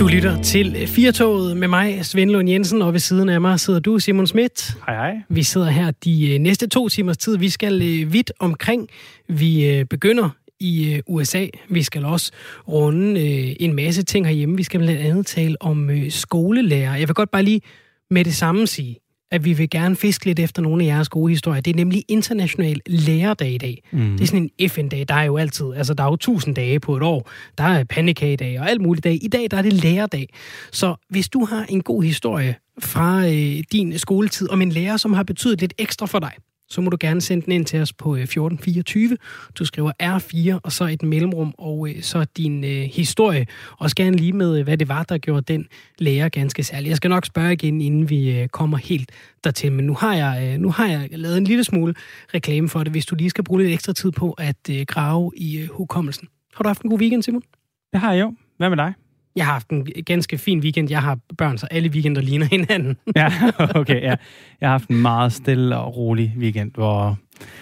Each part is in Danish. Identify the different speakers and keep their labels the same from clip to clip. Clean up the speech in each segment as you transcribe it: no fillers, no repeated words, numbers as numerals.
Speaker 1: lytter til Firtoget med mig, Svend Lund Jensen, og ved siden af mig sidder du, Simon Schmidt.
Speaker 2: Hej, hej.
Speaker 1: Vi sidder her de næste 2 timers tid. Vi skal vidt omkring. Vi begynder i USA. Vi skal også runde en masse ting herhjemme. Vi skal blandt andet tale om skolelærer. Jeg vil godt bare lige med det samme sige, at vi vil gerne fiske lidt efter nogle af jeres gode historier. Det er nemlig International Lærerdag i dag. Det er sådan en FN-dag. Der er jo altid, altså der er jo 1000 dage på et år. Der er pandekagedag og alt muligt dag. I dag der er det lærerdag. Så hvis du har en god historie fra din skoletid om en lærer, som har betydet lidt ekstra for dig, så må du gerne sende den ind til os på 1424. Du skriver R4 og så et mellemrum, og så din historie. Også gerne lige med, hvad det var, der gjorde den lærer ganske særlig. Jeg skal nok spørge igen, inden vi kommer helt dertil. Men nu har jeg lavet en lille smule reklame for det, hvis du lige skal bruge lidt ekstra tid på at grave i hukommelsen. Har du haft en god weekend, Simon?
Speaker 2: Det har jeg jo. Hvad med dig?
Speaker 1: Jeg har haft en ganske fin weekend. Jeg har børn, så alle weekender ligner hinanden.
Speaker 2: Ja, okay, ja. Jeg har haft en meget stille og rolig weekend, hvor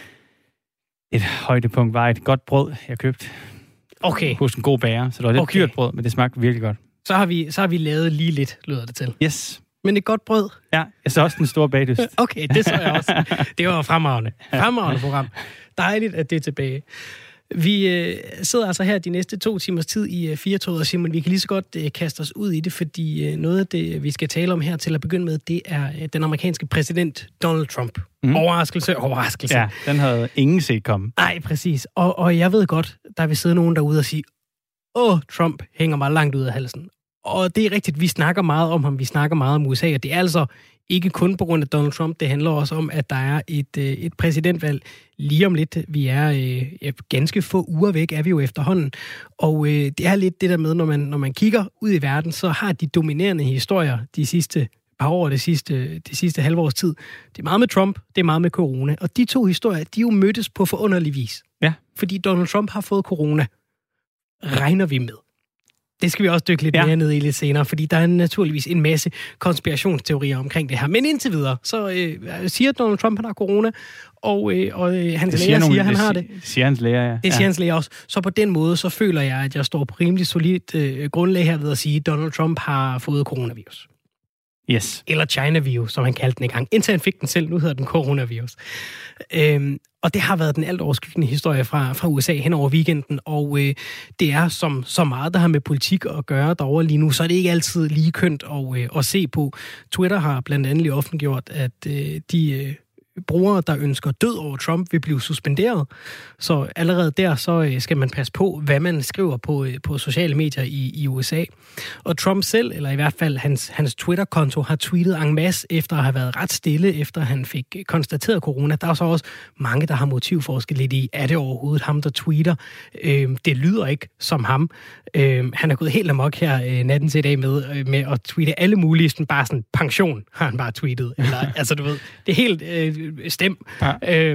Speaker 2: et højdepunkt var et godt brød, jeg købte.
Speaker 1: Okay.
Speaker 2: Hos en god bager, så det var lidt dyrt brød, men det smagte virkelig godt. Så
Speaker 1: har vi lavet lige lidt, lyder det til.
Speaker 2: Yes.
Speaker 1: Men et godt brød.
Speaker 2: Ja, jeg så også den store bagdyst.
Speaker 1: Okay, det så jeg også. Det var fremragende. Fremragende program. Dejligt, at det er tilbage. Vi sidder altså her de næste 2 timers tid i Firtoget, og Simon, vi kan lige så godt kaste os ud i det, fordi noget af det, vi skal tale om her til at begynde med, det er den amerikanske præsident Donald Trump. Overraskelse.
Speaker 2: Ja, den havde ingen set komme.
Speaker 1: Nej, præcis. Og jeg ved godt, der vil sidde nogen derude og sige, Trump hænger mig langt ud af halsen. Og det er rigtigt, vi snakker meget om ham, vi snakker meget om USA, og det er altså ikke kun på grund af Donald Trump, det handler også om, at der er et præsidentvalg lige om lidt. Vi er ganske få uger væk, er vi jo efterhånden. Og det er lidt det der med, når man kigger ud i verden, så har de dominerende historier de sidste par år, det sidste halvårs tid. Det er meget med Trump, det er meget med corona. Og de 2 historier, de er jo mødtes på forunderlig vis.
Speaker 2: Ja.
Speaker 1: Fordi Donald Trump har fået corona, regner vi med. Det skal vi også dykke lidt mere ned i lidt senere, fordi der er naturligvis en masse konspirationsteorier omkring det her. Men indtil videre, så siger Donald Trump, han har corona, og hans læger siger, han har det.
Speaker 2: Det siger hans læger, ja.
Speaker 1: Det siger hans læger også. Så på den måde, så føler jeg, at jeg står på rimelig solidt grundlag her ved at sige, at Donald Trump har fået coronavirus.
Speaker 2: Yes.
Speaker 1: Eller China-virus, som han kaldte den engang. Indtil han fik den selv, nu hedder den coronavirus. Og det har været den alt overskyggende historie fra USA hen over weekenden, og det er som så meget, der har med politik at gøre derovre lige nu, så er det ikke altid lige kønt at se på. Twitter har blandt andet lige offentliggjort, at de brugere, der ønsker død over Trump, vil blive suspenderet. Så allerede der, så skal man passe på, hvad man skriver på sociale medier i USA. Og Trump selv, eller i hvert fald hans Twitter-konto, har tweetet en masse efter at have været ret stille, efter han fik konstateret corona. Der er så også mange, der har motivforsket lidt i, er det overhovedet ham, der tweeter? Det lyder ikke som ham. Han er gået helt amok her natten til i dag med at tweete alle mulige, bare sådan pension har han bare tweetet. Eller, altså du ved, det er helt stem. Ja.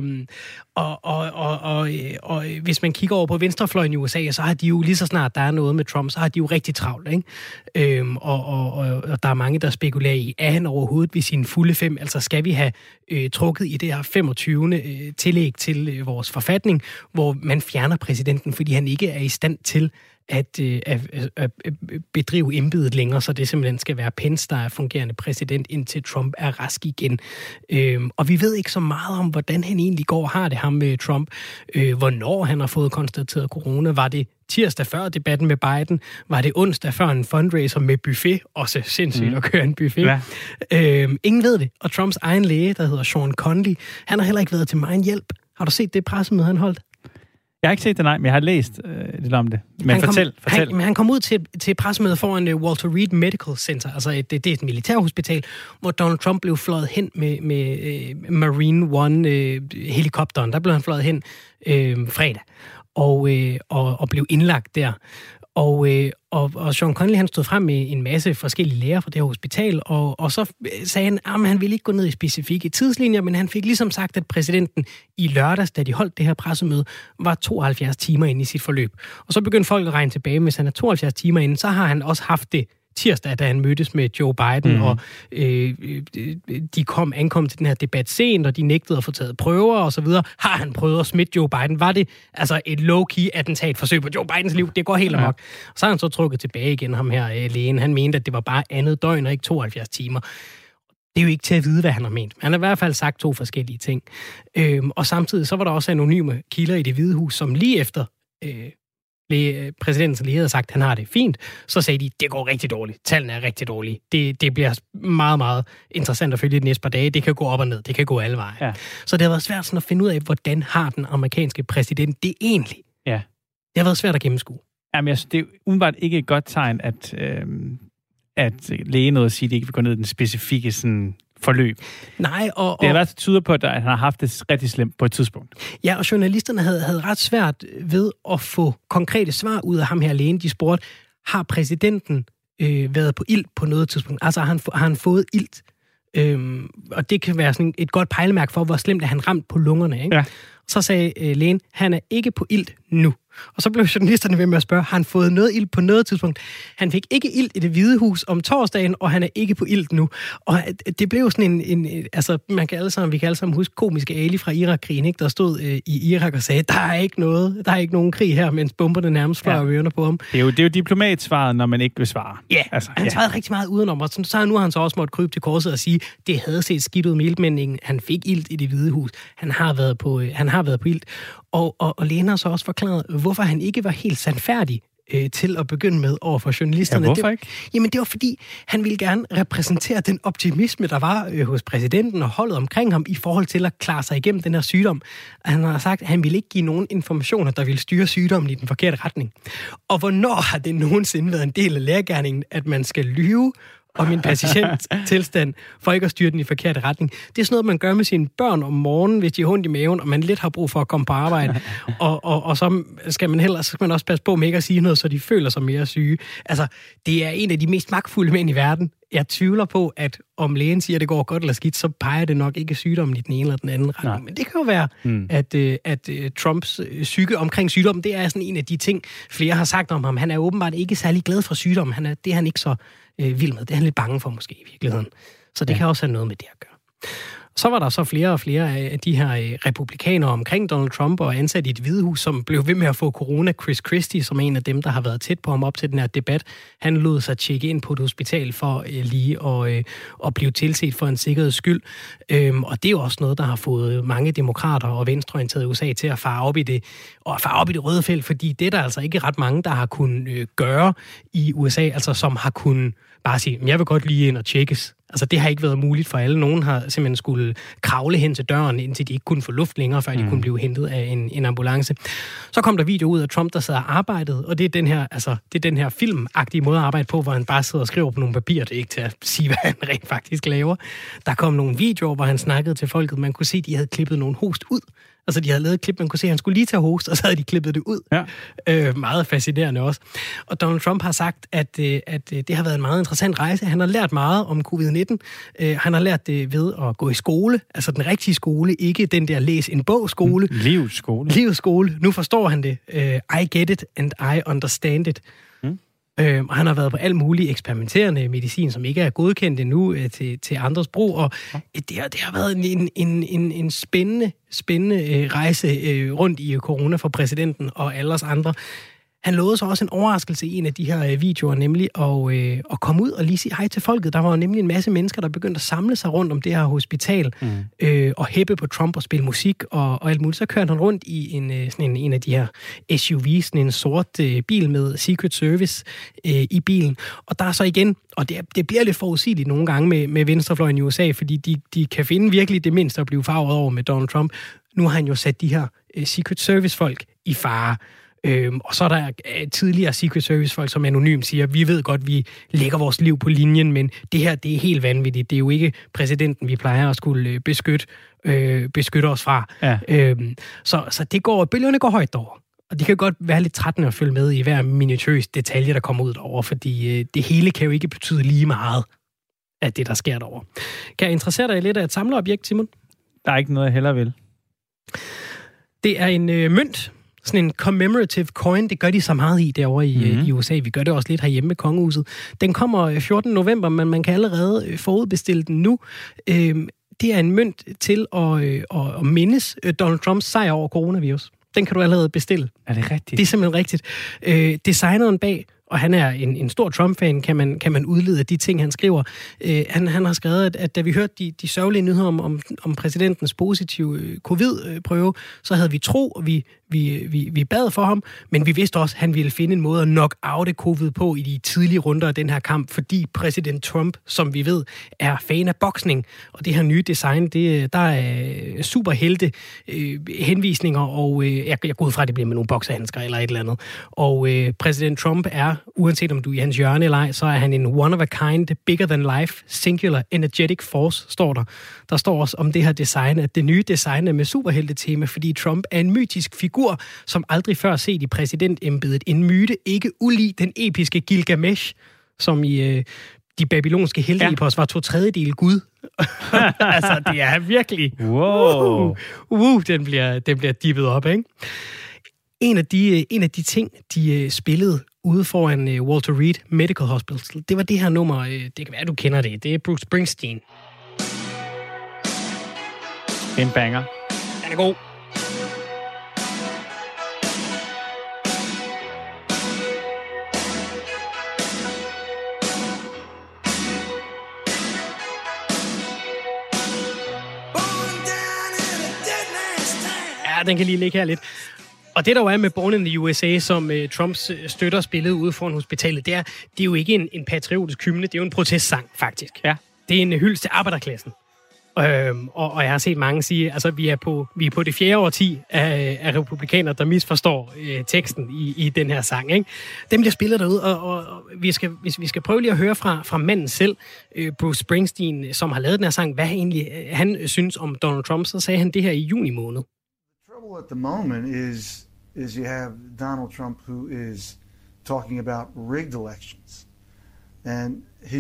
Speaker 1: Og hvis man kigger over på venstrefløjen i USA, så har de jo lige så snart der er noget med Trump, så har de jo rigtig travlt, ikke? Og der er mange, der spekulerer i, er han overhovedet ved sine fulde 5? Altså skal vi have trukket i det her 25. tillæg til vores forfatning, hvor man fjerner præsidenten, fordi han ikke er i stand til at bedrive embedet længere, så det simpelthen skal være Pence, der er fungerende præsident, indtil Trump er rask igen. Og vi ved ikke så meget om, hvordan han egentlig går har det ham med Trump. Hvornår han har fået konstateret corona. Var det tirsdag før debatten med Biden? Var det onsdag før en fundraiser med buffet? Også sindssygt at køre en buffet. Ja. Ingen ved det. Og Trumps egen læge, der hedder Sean Conley, han har heller ikke været til megen hjælp. Har du set det pressemøde, han holdt?
Speaker 2: Jeg har ikke set det, nej, men jeg har læst lidt om det. Men fortæl.
Speaker 1: Han kom ud til pressemødet foran Walter Reed Medical Center, altså det er et militærhospital, hvor Donald Trump blev fløjet hen med Marine One helikopteren. Der blev han fløjet hen fredag og blev indlagt der. Og Sean Conley, han stod frem med en masse forskellige læger fra det her hospital, og så sagde han, at han ville ikke gå ned i specifikke tidslinjer, men han fik ligesom sagt, at præsidenten i lørdags, da de holdt det her pressemøde, var 72 timer inde i sit forløb. Og så begyndte folk at regne tilbage, hvis han er 72 timer inde, så har han også haft det tirsdag, da han mødtes med Joe Biden, og de ankom til den her debat sent, og de nægtede at få taget prøver og så videre. Har han prøvet at smitte Joe Biden? Var det altså et low-key attentatforsøg på Joe Bidens liv? Det går helt amok. Og så har han så trukket tilbage igen, ham her lægen. Han mente, at det var bare andet døgn og ikke 72 timer. Det er jo ikke til at vide, hvad han har ment. Han har i hvert fald sagt 2 forskellige ting. Og samtidig så var der også anonyme kilder i Det Hvide Hus, som lige efter præsidenten lige havde sagt, at han har det fint, så sagde de, det går rigtig dårligt. Tallene er rigtig dårlige. Det bliver meget, meget interessant at følge de næste par dage. Det kan gå op og ned. Det kan gå alle veje. Ja. Så det har været svært sådan at finde ud af, hvordan har den amerikanske præsident det egentlig? Ja. Det har været svært at gennemskue.
Speaker 2: Jamen, jeg synes, det er umiddelbart ikke et godt tegn, at læge noget at sige, at det ikke vil gå ned i den specifikke sådan, forløb.
Speaker 1: Nej, og
Speaker 2: det har været tyder på, at han har haft det rigtig slemt på et tidspunkt.
Speaker 1: Ja, og journalisterne havde ret svært ved at få konkrete svar ud af ham her lægen. De spurgte, har præsidenten været på ilt på noget tidspunkt? Altså, har han fået ilt? Og det kan være sådan et godt pejlemærke for, hvor slemt er han ramt på lungerne, ikke? Ja. Så sagde lægen, han er ikke på ilt nu. Og så blev journalisterne ved med at spørge, har han fået noget ilt på noget tidspunkt? Han fik ikke ilt i Det Hvide Hus om torsdagen, og han er ikke på ilt nu. Og det blev sådan altså vi kan alle sammen huske komiske Ali fra Irak-krigen, ikke? Der stod i Irak og sagde, der er ikke nogen krig her, mens bomberne nærmest fløj ørerne på ham.
Speaker 2: Det er jo diplomatsvaret, når man ikke vil svare.
Speaker 1: Ja, altså, han svarede rigtig meget udenom, og nu har han så også måttet krybe til korset og sige, det havde set skidt ud med iltmændingen. Han fik ilt i Det Hvide Hus. Han har været på ilt. Og Lena har så også forklaret, hvorfor han ikke var helt sandfærdig til at begynde med over for journalisterne.
Speaker 2: Ja, hvorfor ikke?
Speaker 1: Jamen, det var fordi, han ville gerne repræsentere den optimisme, der var hos præsidenten og holdet omkring ham i forhold til at klare sig igennem den her sygdom. Han har sagt, at han ville ikke give nogen informationer, der ville styre sygdommen i den forkerte retning. Og hvornår har det nogensinde været en del af læregerningen, at man skal lyve om en patients tilstand, for ikke at styre den i forkerte retning. Det er sådan noget, man gør med sine børn om morgenen, hvis de har ondt i maven, og man lidt har brug for at komme på arbejde. Og så skal man også passe på med ikke at sige noget, så de føler sig mere syge. Altså, det er en af de mest magtfulde mænd i verden. Jeg tvivler på, at om lægen siger, at det går godt eller skidt, så peger det nok ikke sygdommen i den ene eller den anden retning. Nej. Men det kan jo være, at Trumps psyke omkring sygdommen, det er sådan en af de ting, flere har sagt om ham. Han er åbenbart ikke særlig glad for sygdommen. Det er han ikke så vild med. Det er han lidt bange for måske i virkeligheden. Så det kan også have noget med det at gøre. Så var der så flere og flere af de her republikanere omkring Donald Trump og ansat i et Hvide Hus, som blev ved med at få corona. Chris Christie, som er en af dem, der har været tæt på ham op til den her debat, han lod sig tjekke ind på et hospital for lige at blive tilset for en sikkerheds skyld. Og det er jo også noget, der har fået mange demokrater og venstreorienterede USA til at fare op i det røde felt, fordi det er der altså ikke ret mange, der har kunnet gøre i USA, altså som har kunnet bare sige, jeg vil godt lige ind og tjekkes. Altså, det har ikke været muligt for alle. Nogen har simpelthen skulle kravle hen til døren, indtil de ikke kunne få luft længere, før de kunne blive hentet af en ambulance. Så kom der video ud af Trump, der sidder og arbejdede, og det er den her filmagtige måde at arbejde på, hvor han bare sidder og skriver på nogle papirer. Det er ikke til at sige, hvad han rent faktisk laver. Der kom nogle videoer, hvor han snakkede til folket. Man kunne se, at de havde klippet nogle host ud. Altså, de havde lavet et klip, man kunne se, at han skulle lige tage host, og så havde de klippet det ud. Ja. Meget fascinerende også. Og Donald Trump har sagt, at det har været en meget interessant rejse. Han har lært meget om covid-19. Han har lært det ved at gå i skole, altså den rigtige skole, ikke den der læs en bog skole.
Speaker 2: Livets skole.
Speaker 1: Livets skole. Nu forstår han det. I get it, and I understand it. Og han har været på alt muligt eksperimenterende medicin, som ikke er godkendt endnu til andres brug, og det har været en spændende rejse rundt i corona for præsidenten og alle os andre. Han lovede så også en overraskelse i en af de her videoer, nemlig at komme ud og lige sige hej til folket. Der var nemlig en masse mennesker, der begyndte at samle sig rundt om det her hospital og hæppe på Trump og spille musik og alt muligt. Så kørte han rundt i en af de her SUV's, sådan en sort bil med Secret Service i bilen. Og der er så igen, og det bliver lidt forudsigeligt nogle gange med venstrefløjen i USA, fordi de kan finde virkelig det mindste at blive farvet over med Donald Trump. Nu har han jo sat de her Secret Service-folk i fare. Og så er der tidligere Secret Service-folk, som anonymt siger, vi ved godt, vi lægger vores liv på linjen, men det her, det er helt vanvittigt. Det er jo ikke præsidenten, vi plejer at skulle beskytte os fra. Ja. Så bølgerne går højt derover. Og det kan godt være lidt trættende at følge med i hver minutiøs detalje, der kommer ud derover, fordi det hele kan jo ikke betyde lige meget af det, der sker derover. Kan jeg interessere dig lidt af et samleobjekt, Simon?
Speaker 2: Der er ikke noget, jeg hellere vil.
Speaker 1: Det er en mønt, sådan en commemorative coin, det gør de så meget i derovre i USA. Vi gør det også lidt herhjemme med kongehuset. Den kommer 14. november, men man kan allerede forudbestille den nu. Det er en mønt til at mindes Donald Trumps sejr over coronavirus. Den kan du allerede bestille.
Speaker 2: Er det rigtigt?
Speaker 1: Det er simpelthen rigtigt. Designeren bag, og han er en stor Trump-fan, kan man udlede af de ting, han skriver. Han har skrevet, at da vi hørte de sørgelige nyheder om præsidentens positive covid-prøve, så havde vi tro, og vi bad for ham, men vi vidste også, at han ville finde en måde at knock-oute covid på i de tidlige runder af den her kamp, fordi præsident Trump, som vi ved, er fan af boksning. Og det her nye design, der er superhelte henvisninger, og jeg går ud fra, at det bliver med nogle boksehandsker eller et eller andet. Og præsident Trump er, uanset om du er i hans hjørne eller ej, så er han en one-of-a-kind, bigger than life, singular, energetic force, står der. Der står også om det her design, at det nye design er med superhelte-tema, fordi Trump er en mytisk figur, som aldrig før set i præsidentembedet. En myte ikke ulig den episke Gilgamesh, som i de babylonske helteepos var 2/3 Gud. Altså, det er virkelig...
Speaker 2: Wow.
Speaker 1: Den bliver dippet op, ikke? En af de ting, de spillede ude foran Walter Reed Medical Hospital, det var det her nummer, det kan være, du kender det. Det er Bruce Springsteen.
Speaker 2: En banger.
Speaker 1: Den er god. Ja, den kan lige ligge her lidt. Og det, der jo er med Born in the USA, som Trumps støtter spillede ude foran hospitalet, det er jo ikke en patriotisk hymne, det er jo en protestsang, faktisk.
Speaker 2: Ja.
Speaker 1: Det er en hyldest til arbejderklassen. Og jeg har set mange sige, altså vi er på det 4. årti af republikanere, der misforstår teksten i den her sang, ikke? Dem bliver spillet derude, og hvis vi skal prøve lige at høre fra manden selv, Bruce Springsteen, som har lavet den her sang, hvad egentlig han synes om Donald Trump, så sagde han det her i juni måned.
Speaker 3: At the moment is you have Donald Trump who is talking about rigged elections, and he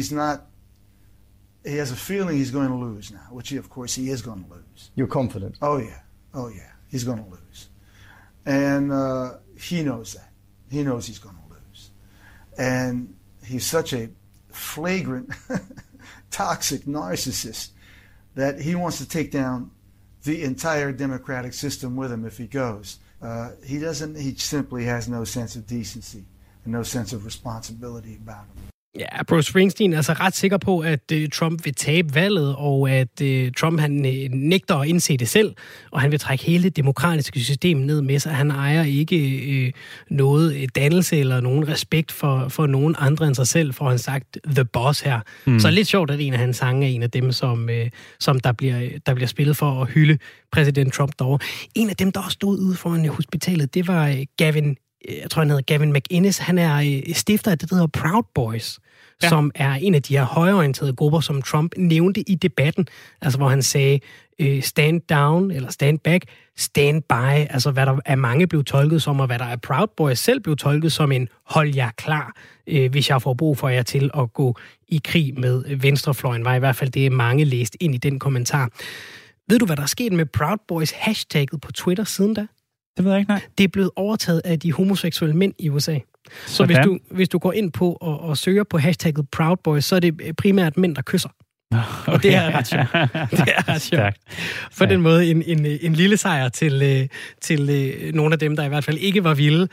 Speaker 3: has a feeling he's going to lose now, which of course he is going to lose.
Speaker 4: You're confident?
Speaker 3: Oh yeah, he's going to lose, and he knows that. He knows he's going to lose, and he's such a flagrant, toxic narcissist that he wants to take down the entire democratic system with him if he goes. He simply has no sense of decency and no sense of responsibility about him.
Speaker 1: Ja, Bruce Springsteen er altså ret sikker på, at Trump vil tabe valget, og at Trump han nægter at indse det selv, og han vil trække hele det demokratiske system ned med sig. Han ejer ikke noget dannelse eller nogen respekt for nogen andre end sig selv, for han sagt the boss her. Så lidt sjovt, at en af hans sange er en af dem, som der bliver spillet for at hylde præsident Trump derovre. En af dem, der også stod ude foran hospitalet, det var Gavin McInnes. Han er stifter af det, der hedder Proud Boys, som er en af de her højreorienterede grupper, som Trump nævnte i debatten, altså hvor han sagde stand down, eller stand back, stand by, altså hvad der er mange blev tolket som, og hvad der er Proud Boys selv blev tolket som en hold jer klar, hvis jeg får brug for jer til at gå i krig med venstrefløjen, var i hvert fald det mange læst ind i den kommentar. Ved du, hvad der er sket med Proud Boys hashtagget på Twitter siden da?
Speaker 2: Det ved jeg ikke, nej.
Speaker 1: Det er blevet overtaget af de homoseksuelle mænd i USA. Så hvis du går ind på og søger på hashtagget Proud Boys, så er det primært mænd, der kysser. Okay. Og det er ret sjovt. Det er ret sjovt. På den måde en lille sejr til nogle af dem, der i hvert fald ikke var vilde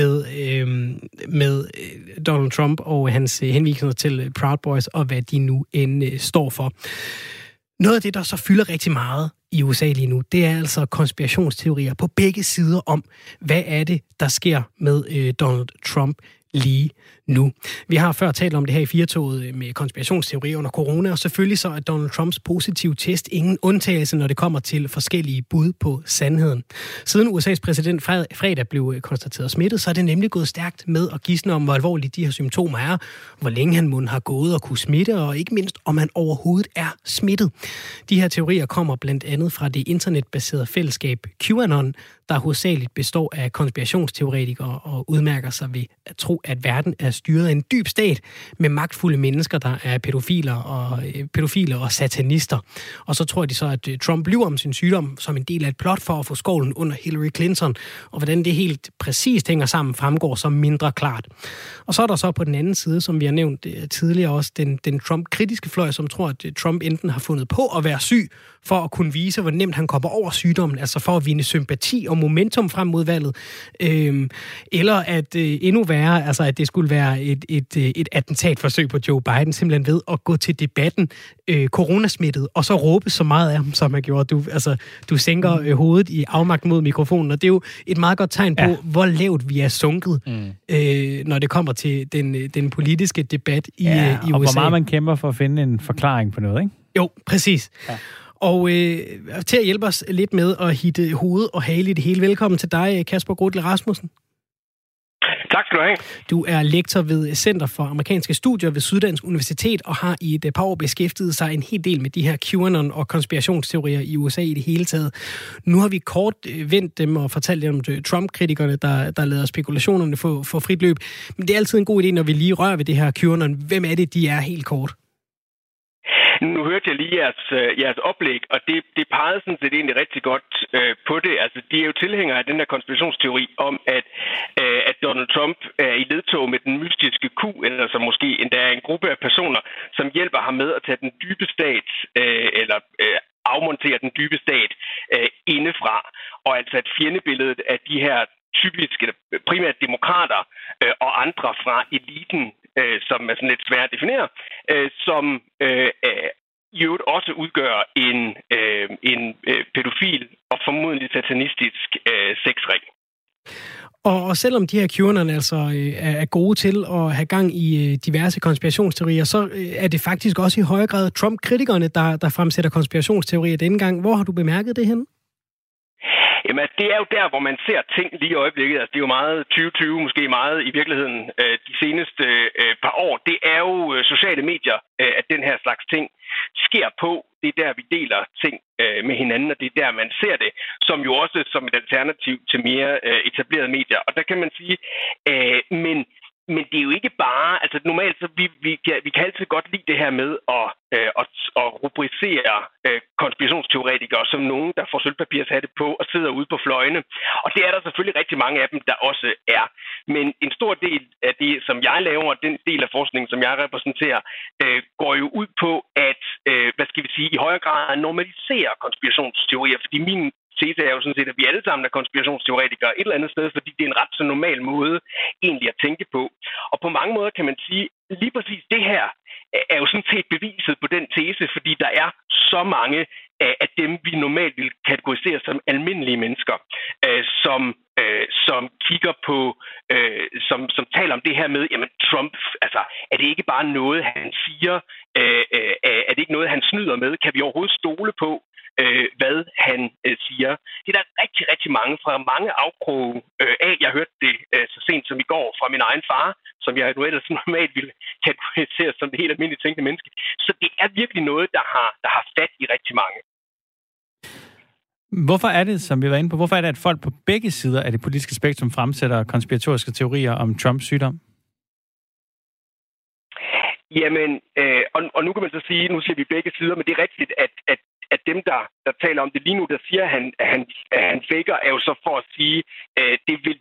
Speaker 1: med Donald Trump og hans henvisninger til Proud Boys, og hvad de nu end står for. Noget af det, der så fylder rigtig meget i USA lige nu, det er altså konspirationsteorier på begge sider om, hvad er det, der sker med Donald Trump lige nu. Vi har før talt om det her i Firtoget med konspirationsteorier under corona, og selvfølgelig så er Donald Trumps positive test ingen undtagelse, når det kommer til forskellige bud på sandheden. Siden USA's præsident fredag blev konstateret smittet, så er det nemlig gået stærkt med at gisne om, hvor alvorlige de her symptomer er, hvor længe han mon har gået og kunne smitte, og ikke mindst, om han overhovedet er smittet. De her teorier kommer blandt andet fra det internetbaserede fællesskab QAnon, der hovedsageligt består af konspirationsteoretikere og udmærker sig ved at tro, at verden er styret af en dyb stat med magtfulde mennesker, der er pædofile og satanister. Og så tror de så, at Trump lyver om sin sygdom som en del af et plot for at få skovlen under Hillary Clinton. Og hvordan det helt præcist hænger sammen, fremgår så mindre klart. Og så er der så på den anden side, som vi har nævnt tidligere også, den Trump-kritiske fløj, som tror, at Trump enten har fundet på at være syg, for at kunne vise, hvor nemt han kommer over sygdommen, altså for at vinde sympati og momentum frem mod valget, eller at endnu værre, altså at det skulle være et attentatforsøg på Joe Biden, simpelthen ved at gå til debatten coronasmittet, og så råbe så meget af ham, som han gjorde. Du sænker hovedet i afmagt mod mikrofonen, og det er jo et meget godt tegn på, hvor lavt vi er sunket, når det kommer til den politiske debat i USA.
Speaker 2: Og hvor meget man kæmper for at finde en forklaring på noget, ikke?
Speaker 1: Jo, præcis. Ja. Og til at hjælpe os lidt med at hitte hoved og hale i det hele. Velkommen til dig, Kasper Grotle Rasmussen.
Speaker 4: Tak skal du have.
Speaker 1: Du er lektor ved Center for Amerikanske Studier ved Syddansk Universitet og har i et par år beskæftiget sig en hel del med de her QAnon og konspirationsteorier i USA i det hele taget. Nu har vi kort vendt dem og fortalt dem om Trump-kritikerne, der lader spekulationerne få frit løb. Men det er altid en god idé, når vi lige rører ved det her QAnon. Hvem er det, de er helt kort?
Speaker 4: Nu hørte jeg lige jeres oplæg, og det pegede sådan set egentlig rigtig godt på det. Altså, de er jo tilhængere af den der konspirationsteori om, at Donald Trump er i ledtog med den mystiske ku, eller så måske endda en gruppe af personer, som hjælper ham med at tage den dybe stat, eller afmontere den dybe stat indefra. Og altså at fjendebilledet af de her typiske, primært demokrater og andre fra eliten, som er sådan lidt svært at definere, som i øvrigt også udgør en pædofil og formodentlig satanistisk sexring.
Speaker 1: Og selvom de her QAnon altså er gode til at have gang i diverse konspirationsteorier, så er det faktisk også i højere grad Trump-kritikerne, der fremsætter konspirationsteorier denne gang. Hvor har du bemærket det henne?
Speaker 4: Jamen, det er jo der, hvor man ser ting lige i øjeblikket. Altså, det er jo meget 2020, måske meget i virkeligheden de seneste par år. Det er jo sociale medier, at den her slags ting sker på. Det er der, vi deler ting med hinanden, og det er der, man ser det, som jo også som et alternativ til mere etablerede medier. Og der kan man sige, men det er jo ikke bare, altså normalt så vi kan altid godt lide det her med at rubricere konspirationsteoretikere som nogen, der får sølvpapirshatte på og sidder ude på fløjene. Og det er der selvfølgelig rigtig mange af dem, der også er. Men en stor del af det, som jeg laver, den del af forskningen, som jeg repræsenterer, går jo ud på at, i højere grad normalisere konspirationsteorier, fordi min tese er jo sådan set, at vi alle sammen er konspirationsteoretikere et eller andet sted, fordi det er en ret så normal måde egentlig at tænke på. Og på mange måder kan man sige, lige præcis det her er jo sådan set beviset på den tese, fordi der er så mange af dem, vi normalt vil kategorisere som almindelige mennesker, som kigger på, som taler om det her med, jamen Trump, altså er det ikke bare noget, han siger, er det ikke noget, han snyder med, kan vi overhovedet stole på, hvad han siger. Det er der rigtig, rigtig mange fra mange afkroge af. Jeg hørte det så sent som i går fra min egen far, som jeg nu ellers normalt ville kategorisere som det helt almindelige tænkende menneske. Så det er virkelig noget, der har fat i rigtig mange.
Speaker 2: Hvorfor er det, som vi var inde på, hvorfor er det, at folk på begge sider af det politiske spektrum fremsætter konspiratoriske teorier om Trumps sygdom?
Speaker 4: Jamen, og nu kan man så sige, nu siger vi begge sider, men det er rigtigt, at dem, der taler om det lige nu, der siger, at han faker, er jo så for at sige, det vil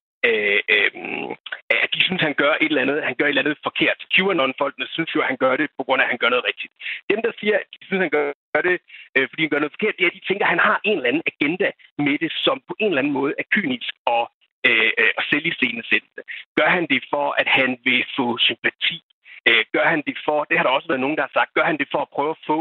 Speaker 4: at de synes, han gør et eller andet forkert. QAnon-folkene synes jo, at han gør det, på grund af, at han gør noget rigtigt. Dem, der siger, at de synes, han gør det, fordi han gør noget forkert, det er, at de tænker, at han har en eller anden agenda med det, som på en eller anden måde er kynisk og selviscenesættende. Gør han det for, at han vil få sympati? Gør han det for, det har der også været nogen, der har sagt, gør han det for at prøve at få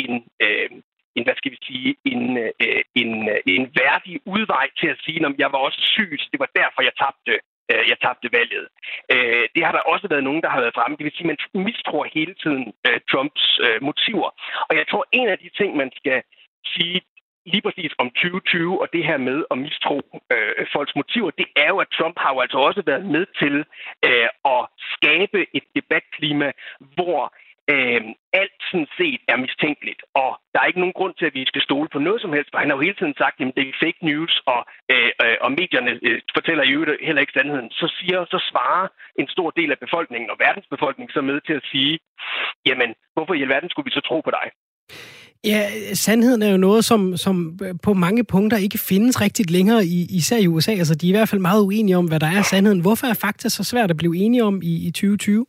Speaker 4: en værdig udvej til at sige, at jeg var også syg, så det var derfor, jeg tabte valget. Det har der også været nogen, der har været fremme. Det vil sige, at man mistror hele tiden Trumps motiver. Og jeg tror, en af de ting, man skal sige lige præcis om 2020 og det her med at mistro folks motiver, det er jo, at Trump har jo altså også været med til at skabe et debatklima, hvor alt sådan set er mistænkeligt, og der er ikke nogen grund til, at vi skal stole på noget som helst, for han har jo hele tiden sagt, at det er fake news, og medierne fortæller jo heller ikke sandheden. Så svarer en stor del af befolkningen og verdens befolkning så med til at sige, jamen, hvorfor i alverden skulle vi så tro på dig?
Speaker 1: Ja, sandheden er jo noget, som på mange punkter ikke findes rigtigt længere, især i USA. Altså, de er i hvert fald meget uenige om, hvad der er sandheden. Hvorfor er fakta så svært at blive enige om i 2020?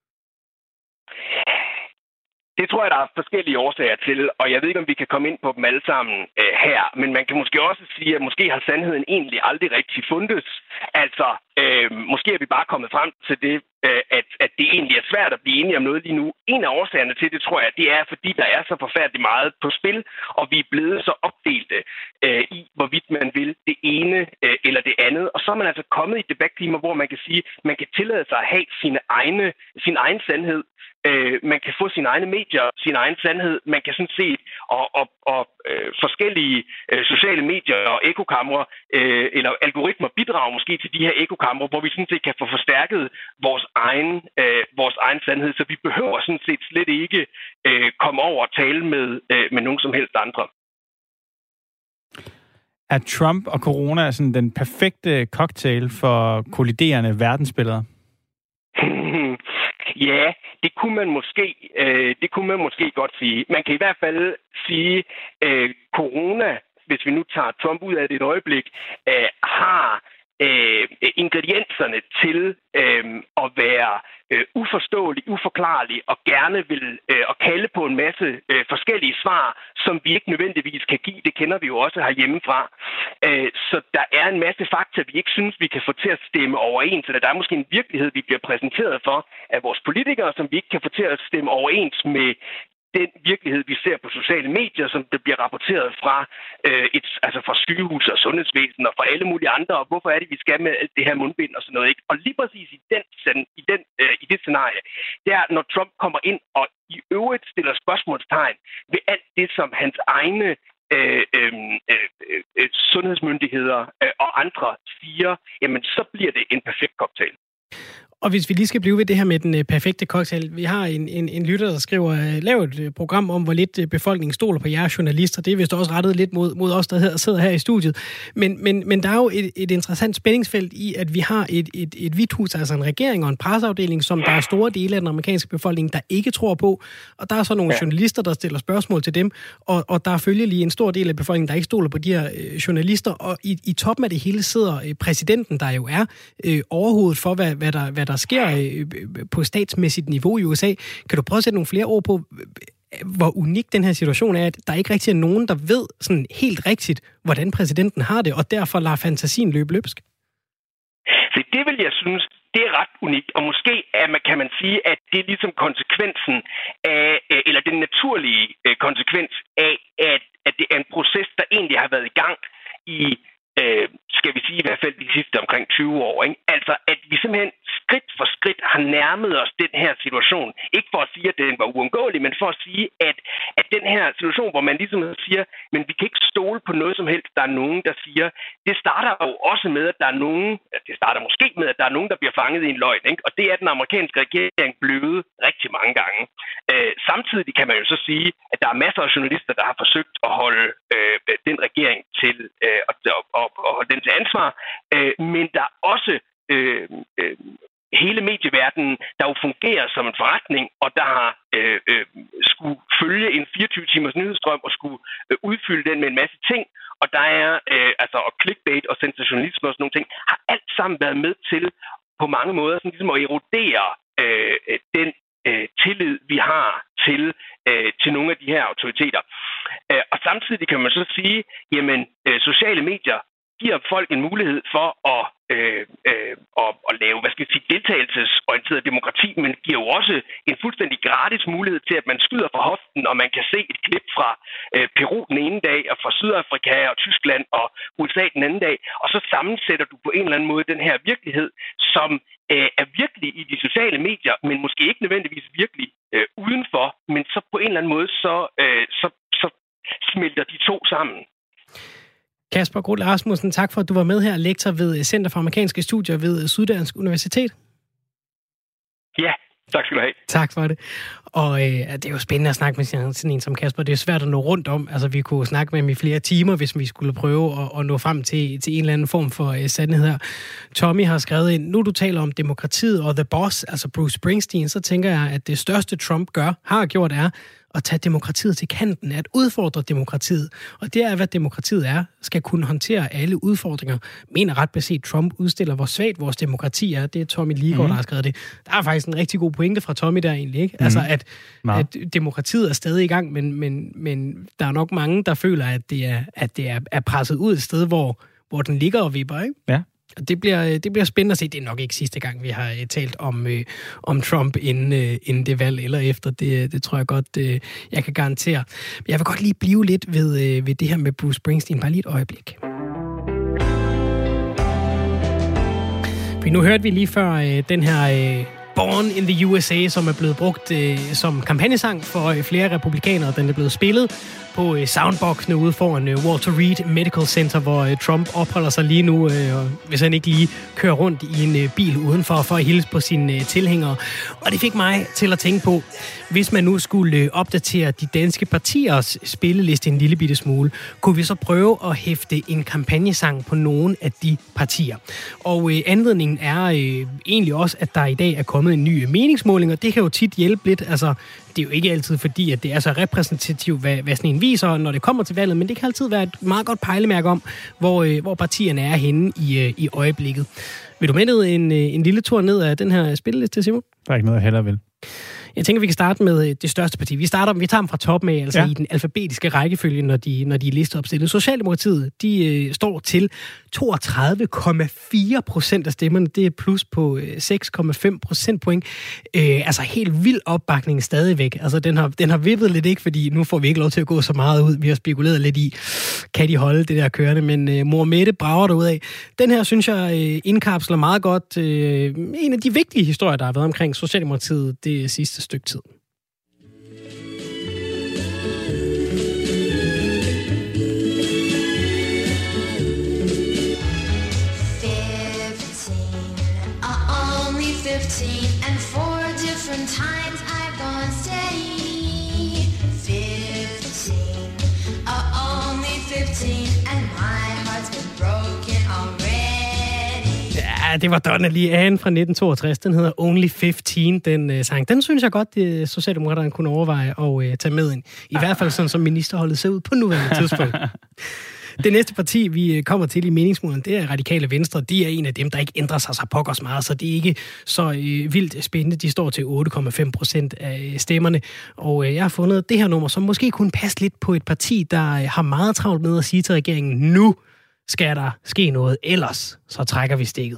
Speaker 4: Det tror jeg, der er forskellige årsager til, og jeg ved ikke, om vi kan komme ind på dem alle sammen her, men man kan måske også sige, at måske har sandheden egentlig aldrig rigtig fundets. Altså, måske er vi bare kommet frem til det, at det egentlig er svært at blive enige om noget lige nu. En af årsagerne til det, tror jeg, det er, fordi der er så forfærdeligt meget på spil, og vi er blevet så opdelte i, hvorvidt man vil det ene eller det andet. Og så er man altså kommet i debatklimer, hvor man kan sige, at man kan tillade sig at have sin egen sandhed. Man kan få sine egne medier, sin egen sandhed. Man kan sådan set, og forskellige sociale medier og ekokamre, eller algoritmer bidrager måske til de her ekokamre, hvor vi sådan set kan få forstærket vores egen sandhed. Så vi behøver sådan set slet ikke komme over og tale med nogen som helst andre.
Speaker 2: Er Trump og corona sådan den perfekte cocktail for kolliderende verdensbilleder?
Speaker 4: Ja, det kunne man måske godt sige. Man kan i hvert fald sige, corona, hvis vi nu tager Trump ud af det et øjeblik, har ingredienserne til at være uforståelig, uforklarlig og gerne vil og kalde på en masse forskellige svar, som vi ikke nødvendigvis kan give. Det kender vi jo også herhjemmefra. Så der er en masse fakta, vi ikke synes, vi kan få til at stemme overens. Eller der er måske en virkelighed, vi bliver præsenteret for af vores politikere, som vi ikke kan få til at stemme overens med den virkelighed, vi ser på sociale medier, som det bliver rapporteret fra fra sygehus og sundhedsvæsen og fra alle mulige andre, og hvorfor er det, vi skal med alt det her mundbind og sådan noget, ikke? Og lige præcis i det scenarie, det er, når Trump kommer ind og i øvrigt stiller spørgsmålstegn ved alt det, som hans egne sundhedsmyndigheder og andre siger, jamen så bliver det en perfekt cocktail.
Speaker 1: Og hvis vi lige skal blive ved det her med den perfekte cocktail. Vi har en lytter, der skriver, lav et program om, hvor lidt befolkningen stoler på jer journalister. Det er vist også rettet lidt mod os, der sidder her i studiet. Men der er jo et interessant spændingsfelt i, at vi har et hvidt hus, altså en regering og en presseafdeling, som der er store dele af den amerikanske befolkning, der ikke tror på. Og der er så nogle journalister, der stiller spørgsmål til dem. Og der er følgelig en stor del af befolkningen, der ikke stoler på de her journalister. Og i toppen af det hele sidder præsidenten, der jo er overhovedet for, hvad der sker på statsmæssigt niveau i USA. Kan du prøve at sætte nogle flere ord på, hvor unik den her situation er, at der ikke rigtig er nogen, der ved sådan helt rigtigt, hvordan præsidenten har det, og derfor lader fantasien løbe løbsk?
Speaker 4: Det vil jeg synes, det er ret unikt, og måske kan man sige, at det er ligesom konsekvensen af, eller den naturlige konsekvens af, at det er en proces, der egentlig har været i gang i skal vi sige i hvert fald de sidste omkring 20 år. Ikke? Altså, at vi simpelthen skridt for skridt har nærmet os den her situation. Ikke for at sige, at den var uundgåelig, men for at sige, at den her situation, hvor man ligesom siger, men vi kan ikke stole på noget som helst, der er nogen, der siger, det starter jo også med, at der er nogen, det starter måske med, at der er nogen, der bliver fanget i en løgn. Ikke? Og det er den amerikanske regering blevet rigtig mange gange. Samtidig kan man jo så sige, at der er masser af journalister, der har forsøgt at holde den regering til og holde den til ansvar, men der er også hele medieverdenen, der jo fungerer som en forretning, og der har skulle følge en 24-timers nyhedsstrøm og skulle udfylde den med en masse ting, og der er og clickbait og sensationalisme og sådan nogle ting, har alt sammen været med til på mange måder sådan ligesom at erodere den tillid, vi har til nogle af de her autoriteter. Og samtidig kan man så sige, jamen, sociale medier giver folk en mulighed for at lave, deltagelsesorienteret demokrati, men giver jo også en fuldstændig gratis mulighed til, at man skyder fra hoften, og man kan se et klip fra Peru den ene dag, og fra Sydafrika og Tyskland og USA den anden dag, og så sammensætter du på en eller anden måde den her virkelighed, som er virkelig i de sociale medier, men måske ikke nødvendigvis virkelig udenfor, men så på en eller anden måde, så smelter de to sammen.
Speaker 1: Kasper Groth Rasmussen, tak for, at du var med her, lektor ved Center for Amerikanske Studier ved Syddansk Universitet.
Speaker 4: Ja, Tak skal du have.
Speaker 1: Tak for det. Og det er jo spændende at snakke med sådan en som Kasper. Det er svært at nå rundt om. Altså, vi kunne snakke med ham i flere timer, hvis vi skulle prøve at nå frem til en eller anden form for sandhed her. Tommy har skrevet ind, nu du taler om demokratiet og The Boss, altså Bruce Springsteen, så tænker jeg, at det største Trump har gjort, er at tage demokratiet til kanten, at udfordre demokratiet. Og det er, hvad demokratiet er, skal kunne håndtere alle udfordringer. Mener ret beset, Trump udstiller, hvor svagt vores demokrati er. Det er Tommy Ligaard, der har skrevet det. Der er faktisk en rigtig god pointe fra Tommy der egentlig, ikke? Altså, at demokratiet er stadig i gang, men der er nok mange, der føler, at det er presset ud et sted, hvor den ligger og vipper, ikke?
Speaker 2: Ja.
Speaker 1: Det bliver spændende at se. Det er nok ikke sidste gang, vi har talt om Trump inden det valg eller efter. Det tror jeg godt, jeg kan garantere. Men jeg vil godt lige blive lidt ved det her med Bruce Springsteen. Bare lige et øjeblik. For nu hørte vi lige før den her Born in the USA, som er blevet brugt som kampagnesang for flere republikanere. Den er blevet spillet på soundboxene ude foran Walter Reed Medical Center, hvor Trump opholder sig lige nu, hvis han ikke lige kører rundt i en bil udenfor for at hilse på sine tilhængere. Og det fik mig til at tænke på, hvis man nu skulle opdatere de danske partiers spilleliste en lille bitte smule, kunne vi så prøve at hæfte en kampagnesang på nogle af de partier. Og anledningen er egentlig også, at der i dag er kommet en ny meningsmåling, og det kan jo tit hjælpe lidt. Altså, det er jo ikke altid fordi, at det er så repræsentativt, hvad sådan en viser, når det kommer til valget, men det kan altid være et meget godt pejlemærke om, hvor partierne er henne i øjeblikket. Vil du med ned en lille tur ned af den her spilleliste, Simon?
Speaker 2: Der er ikke noget, jeg hellere vil.
Speaker 1: Jeg tænker, vi kan starte med det største parti. Vi tager dem fra toppen af, altså i den alfabetiske rækkefølge, når de er listeopstillet. Socialdemokratiet, de står til 32,4% af stemmerne. Det er plus på 6,5 procentpoint. Altså helt vild opbakning stadigvæk. Altså den har vippet lidt, ikke, fordi nu får vi ikke lov til at gå så meget ud. Vi har spekuleret lidt i, kan de holde det der kørende, men mor Mette brager derud af. Den her, synes jeg, indkapsler meget godt en af de vigtige historier, der har været omkring Socialdemokratiet det sidste stykke tid.
Speaker 5: And 4 different times I've gone steady. 15, only 15, and my heart's been broken already.
Speaker 1: Ja, det var Donna Lee Ann fra 1962. Den hedder Only 15, den sang. Den synes jeg godt, Socialdemokraterne kunne overveje at tage med ind. I hvert fald sådan, som ministerholdet ser ud på nuværende tidspunkt. Det næste parti, vi kommer til i meningsmålingen, det er Radikale Venstre. De er en af dem, der ikke ændrer sig så pokkers meget, så det er ikke så vildt spændende. De står til 8,5% af stemmerne. Og jeg har fundet det her nummer, som måske kunne passe lidt på et parti, der har meget travlt med at sige til regeringen, nu skal der ske noget, ellers så trækker vi stikket.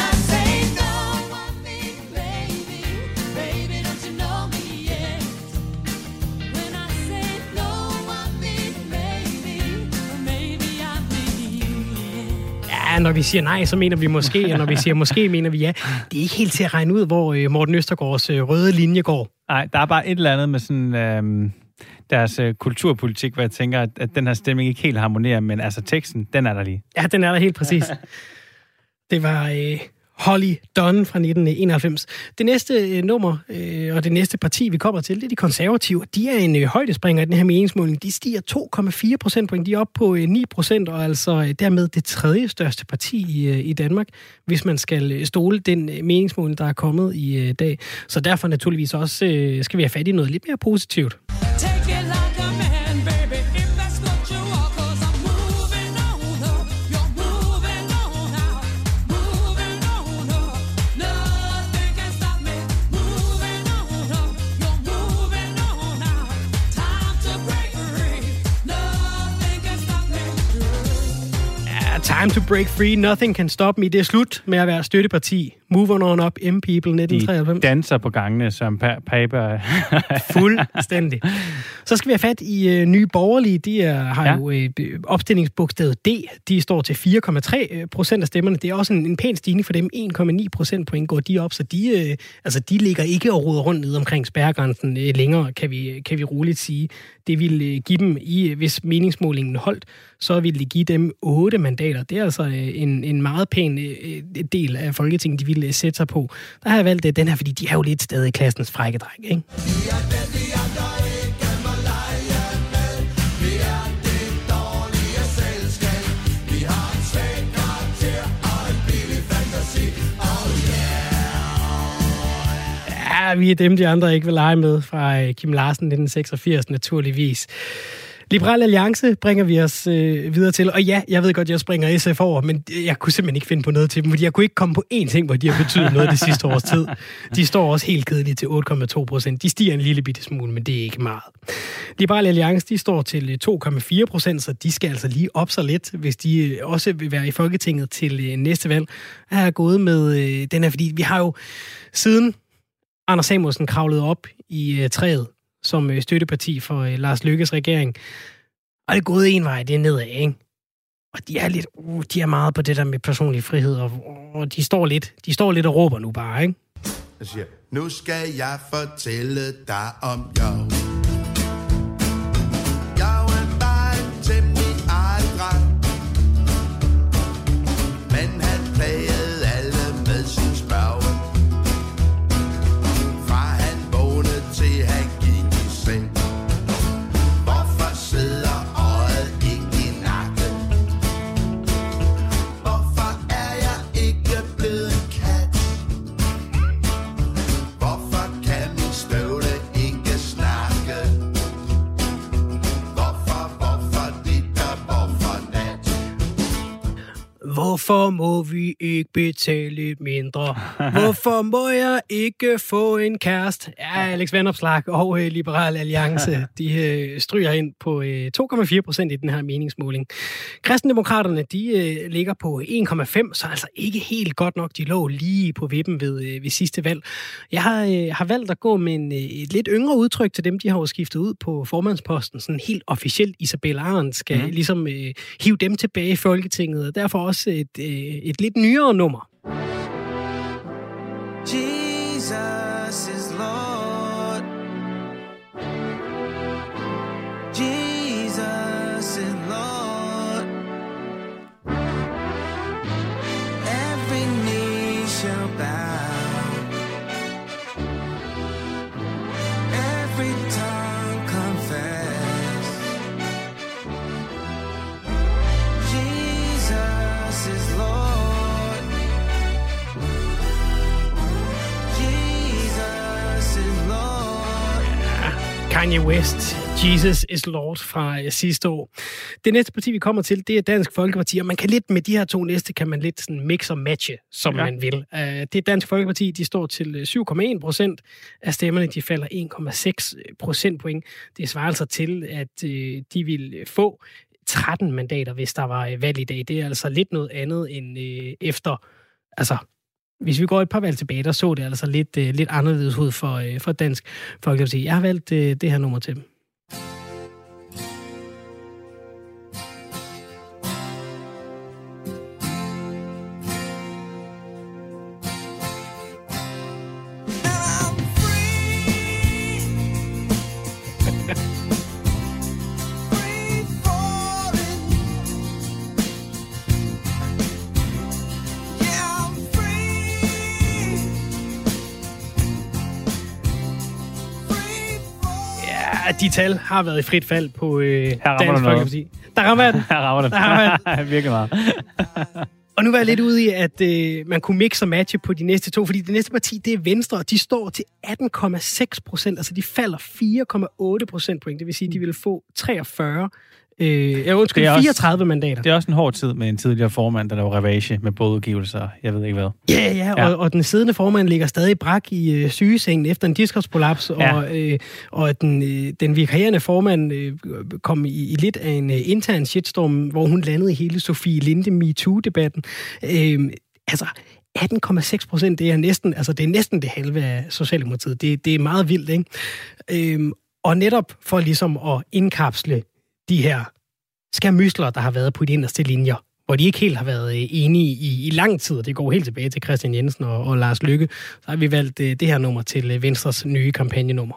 Speaker 1: Når vi siger nej, så mener vi måske, og når vi siger måske, mener vi ja. Det er ikke helt til at regne ud, hvor Morten Østergaards røde linje går.
Speaker 2: Nej, der er bare et eller andet med sådan deres kulturpolitik, hvor jeg tænker, at den her stemning ikke helt harmonerer, men altså teksten, den er der lige.
Speaker 1: Ja, den er der helt præcis. Det var Holly Dunn fra 1991. Det næste nummer og det næste parti, vi kommer til, det er de konservative. De er en højdespringer i den her meningsmåling. De stiger 2,4 procentpoint. De er oppe på 9%, og altså dermed det tredje største parti i Danmark, hvis man skal stole den meningsmåling, der er kommet i dag. Så derfor naturligvis også skal vi have fat i noget lidt mere positivt. Time to break free, nothing can stop me. Det er slut med at være støtteparti. Move on up, M-People 1993.
Speaker 2: De danser på gangene som Paper.
Speaker 1: Fuldstændig. Så skal vi have fat i Nye Borgerlige. De har jo opstillingsbogstavet D. De står til 4,3% af stemmerne. Det er også en pæn stigning for dem. 1,9 procentpoint går de op, så de ligger ikke og roder rundt ned omkring spærregrænsen længere, kan vi roligt sige. Det vil give dem, hvis meningsmålingen holdt, så vil det give dem 8 mandater. Det er altså en meget pæn del af Folketinget, de vil vil sætte sig på. Der har jeg valgt den her, fordi de er jo lidt stadig klassens frække dreng, ikke? Ja, vi er dem, de andre ikke vil lege med fra Kim Larsen 1986, naturligvis. Liberal Alliance bringer vi os videre til. Og ja, jeg ved godt, jeg springer SF over, men jeg kunne simpelthen ikke finde på noget til dem, fordi jeg kunne ikke komme på én ting, hvor de har betydet noget det sidste års tid. De står også helt kedeligt til 8,2%. De stiger en lille bitte smule, men det er ikke meget. Liberal Alliance, de står til 2,4%, så de skal altså lige op sig lidt, hvis de også vil være i Folketinget til næste valg. Jeg har gået med den her, fordi vi har jo siden Anders Samuelsen kravlede op i træet som støtteparti for Lars Løkkes regering. Og det er gået en vej, det er nedad, ikke? Og de er lidt, de er meget på det der med personlig frihed, og de står lidt og råber nu bare, ikke?
Speaker 6: Jeg siger, nu skal jeg fortælle dig om jeg. Jeg er bare til min egen dreng, men han plagede alle med sin spørge. Fra han vågnede til han gik i seng. Hvorfor sidder øjet ikke i nakken? Hvorfor er jeg ikke blevet en kat? Hvorfor kan min støvle ikke snakke? Hvorfor dit og hvorfor nat?
Speaker 1: Hvorfor må vi ikke betale lidt mindre? Hvorfor må jeg ikke få en kæreste? Ja, Alex Vanopslagh og Liberal Alliance, de stryger ind på 2,4% i den her meningsmåling. Kristendemokraterne, de ligger på 1,5, så altså ikke helt godt nok. De lå lige på vippen ved sidste valg. Jeg har valgt at gå med et lidt yngre udtryk til dem, de har jo skiftet ud på formandsposten. Sådan helt officielt Isabella Arendt skal ligesom hive dem tilbage i Folketinget, og derfor også et lidt nyere nummer.
Speaker 7: Jesus is Lord. Jesus is Lord. Every knee shall bow. Every tongue confess. Jesus is Lord. Jesus is Lord.
Speaker 1: Kanye West, Jesus is Lord fra sidste år. Det næste parti, vi kommer til, det er Dansk Folkeparti, og man kan lidt med de her to næste, kan man lidt sådan mix og matche, som man vil. Det er Dansk Folkeparti, de står til 7,1% af stemmerne, de falder 1,6 procentpoint. Det svarer altså til, at de vil få 13 mandater, hvis der var valg i dag. Det er altså lidt noget andet end efter, altså hvis vi går et par valg tilbage, der så det altså lidt anderledes ud for Dansk Folkeparti. Jeg har valgt det her nummer til dem. De tal har været i frit fald på Dansk Folkeparti. Der rammer den.
Speaker 2: Her rammer den. Virkelig meget.
Speaker 1: Og nu var jeg lidt ude i, at man kunne mixe og matche på de næste to, fordi det næste parti, det er Venstre, og de står til 18,6%. Altså, de falder 4,8 procentpoint. Det vil sige, at de vil få 34 mandater.
Speaker 2: Det er også en hård tid med en tidligere formand, der laver ravage med bådudgivelser. Jeg ved ikke hvad.
Speaker 1: Ja. Og den siddende formand ligger stadig brak i sygesengen efter en diskusprolaps, og den vikarierende formand kom i lidt af en intern shitstorm, hvor hun landede i hele Sofie Linde MeToo-debatten. Altså, 18,6%, det er næsten det halve af Socialdemokratiet. Det er meget vildt, ikke? Og netop for ligesom at indkapsle de her skærmysler, der har været på de inderste linjer, hvor de ikke helt har været enige i lang tid, og det går helt tilbage til Christian Jensen og Lars Løkke, så har vi valgt det her nummer til Venstres nye kampagnenummer.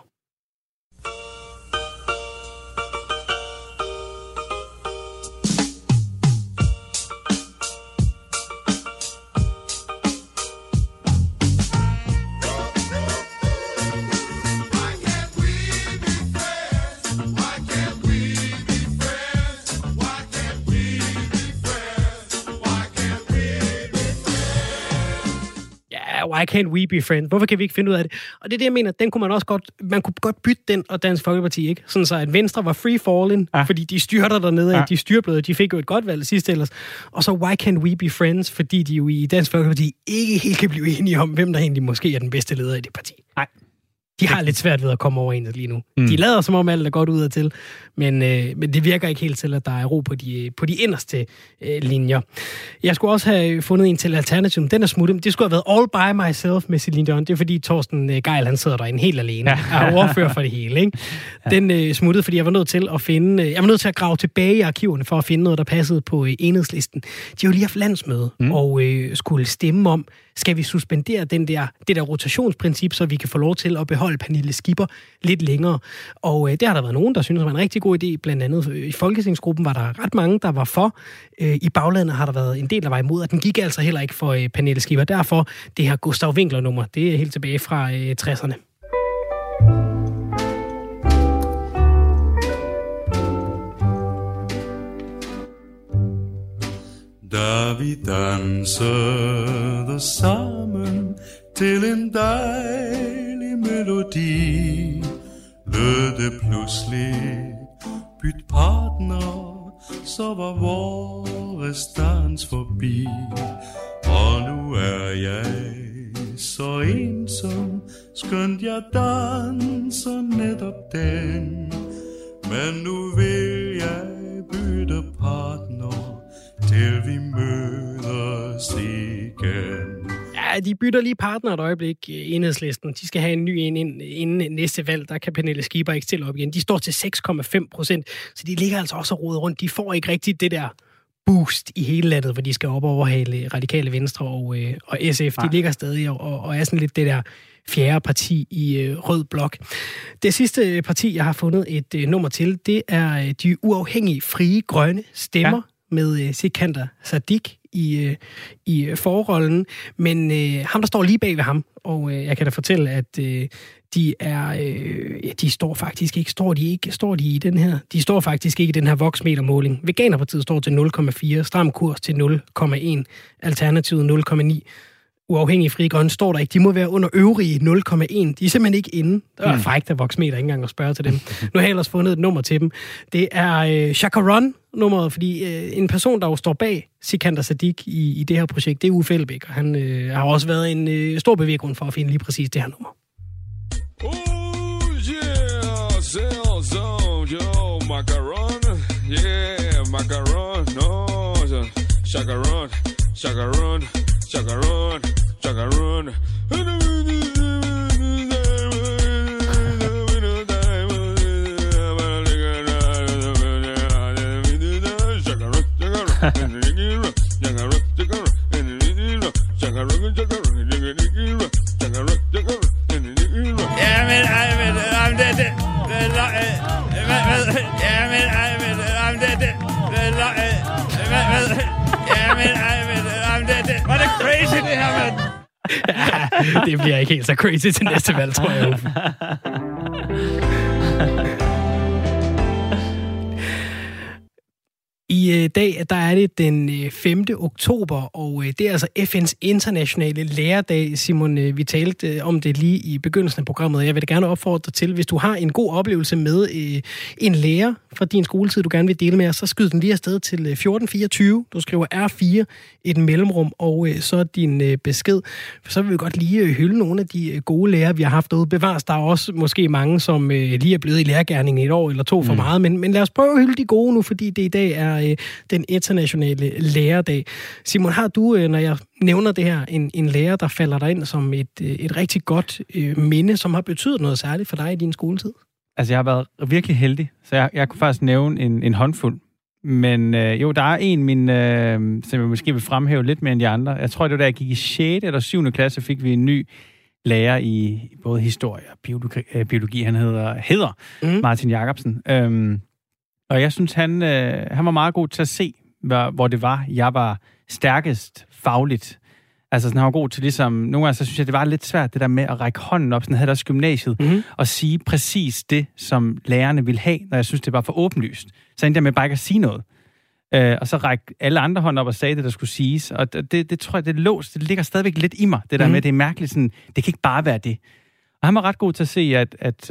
Speaker 1: why can't we be friends? Hvorfor kan vi ikke finde ud af det? Og det er det, jeg mener, den kunne man kunne godt bytte den og Dansk Folkeparti, ikke? Sådan så, at Venstre var free falling, fordi de styrter dernede, de styrbløde, de fik jo et godt valg sidst ellers. Og så why can't we be friends? Fordi de jo i Dansk Folkeparti ikke helt kan blive enige om, hvem der egentlig måske er den bedste leder i det parti. Nej. De har lidt svært ved at komme overens lige nu. De lader som om alt er godt udadtil, men det virker ikke helt til, at der er ro på de inderste linjer. Jeg skulle også have fundet en til Alternativ. Den er smuttet. Det skulle have været All by Myself med Celine Dion. Det er fordi Torsten Geil, han sidder derinde helt alene. Er ordfører for det hele, ikke? Den smuttede, fordi jeg var nødt til at finde... Jeg var nødt til at grave tilbage i arkiverne for at finde noget, der passede på Enhedslisten. De har jo lige haft landsmøde og skulle stemme om, skal vi suspendere det der rotationsprincip, så vi kan få lov til at beholde Pernille Skipper lidt længere. Og det har der været nogen, der synes var en rigtig god idé. Blandt andet i Folketingsgruppen var der ret mange, der var for. I baglandet har der været en del, der var imod, og den gik altså heller ikke for Pernille Skipper. Derfor det her Gustav Winkler-nummer, det er helt tilbage fra 60'erne.
Speaker 8: Da vi dansede sammen til en dejlig melodi, lød det pludselig byt partner, så var vores dans forbi. Og nu er jeg så ensom, skønt jeg danser netop den. Men nu vil jeg bytte partner, til vi mødes igen.
Speaker 1: Ja, de bytter lige partner et øjeblik, Enhedslisten. De skal have en ny inden næste valg. Der kan Pernille Skipper ikke stille op igen. De står til 6,5%, så de ligger altså også rodet rundt. De får ikke rigtigt det der boost i hele landet, hvor de skal op og overhale Radikale Venstre og SF. De ligger stadig og er sådan lidt det der fjerde parti i rød blok. Det sidste parti, jeg har fundet et nummer til, det er de uafhængige frie grønne stemmer, med Sikander Siddique i forrollen, men ham, der står lige bag ved ham, og jeg kan da fortælle, at de står faktisk ikke. Står de i den her? De står faktisk ikke i den her voksmetermåling. Veganerpartiet står til 0,4, Stram Kurs til 0,1, Alternativet 0,9. Uafhængige frie grønne står der ikke. De må være under øvrige 0,1. De er simpelthen ikke inde. Der er frækt af voksmeter ikke engang at spørge til dem. Nu har jeg ellers fundet et nummer til dem. Det er Chacaron-nummeret, fordi en person, der jo står bag Sikander Siddique i det her projekt, det er Uffe Elbæk, og han har også været en stor bevæggrund for at finde lige præcis det her nummer.
Speaker 9: Oh yeah, yo, macaron, yeah, macaron, no, Chacaron, Chacaron, Chacaron, Chacaron.
Speaker 2: Var det crazy, det her, mand?
Speaker 1: Ja, det bliver ikke helt så crazy til næste valg, tror jeg, Uffe. I dag, der er det den 5. oktober, og det er altså FN's internationale lærerdag. Simon, vi talte om det lige i begyndelsen af programmet. Jeg vil da gerne opfordre dig til, hvis du har en god oplevelse med en lærer fra din skoletid, du gerne vil dele med os, så skyd den lige afsted til 1424. Du skriver R4 et mellemrum, og så din besked. For så vil vi godt lige hylde nogle af de gode lærere, vi har haft derude. Bevares, der er også måske mange, som lige er blevet i lærergerningen et år eller to for meget, men lad os prøve at hylde de gode nu, fordi det i dag er den internationale lærerdag. Simon, har du, når jeg nævner det her, en lærer, der falder dig ind som et rigtig godt minde, som har betydet noget særligt for dig i din skoletid?
Speaker 2: Altså, jeg har været virkelig heldig, så jeg kunne faktisk nævne en håndfuld. Men jo, der er en, som jeg måske vil fremhæve lidt mere end de andre. Jeg tror, det var da jeg gik i 6. eller 7. klasse, fik vi en ny lærer i både historie og biologi. Han hedder Martin Jacobsen. Og jeg synes, han var meget god til at se, hvor det var, jeg var stærkest fagligt. Altså, sådan, han var god til ligesom... Nogle gange, så synes jeg, det var lidt svært, det der med at række hånden op, sådan havde der også gymnasiet, og sige præcis det, som lærerne ville have, når jeg synes, det var for åbenlyst. Så endte jeg med bare ikke at sige noget. Og så række alle andre hånd op og sagde det, der skulle siges. Og det tror jeg, det ligger stadigvæk lidt i mig, det der med, det er mærkeligt sådan, det kan ikke bare være det. Og han var ret god til at se, at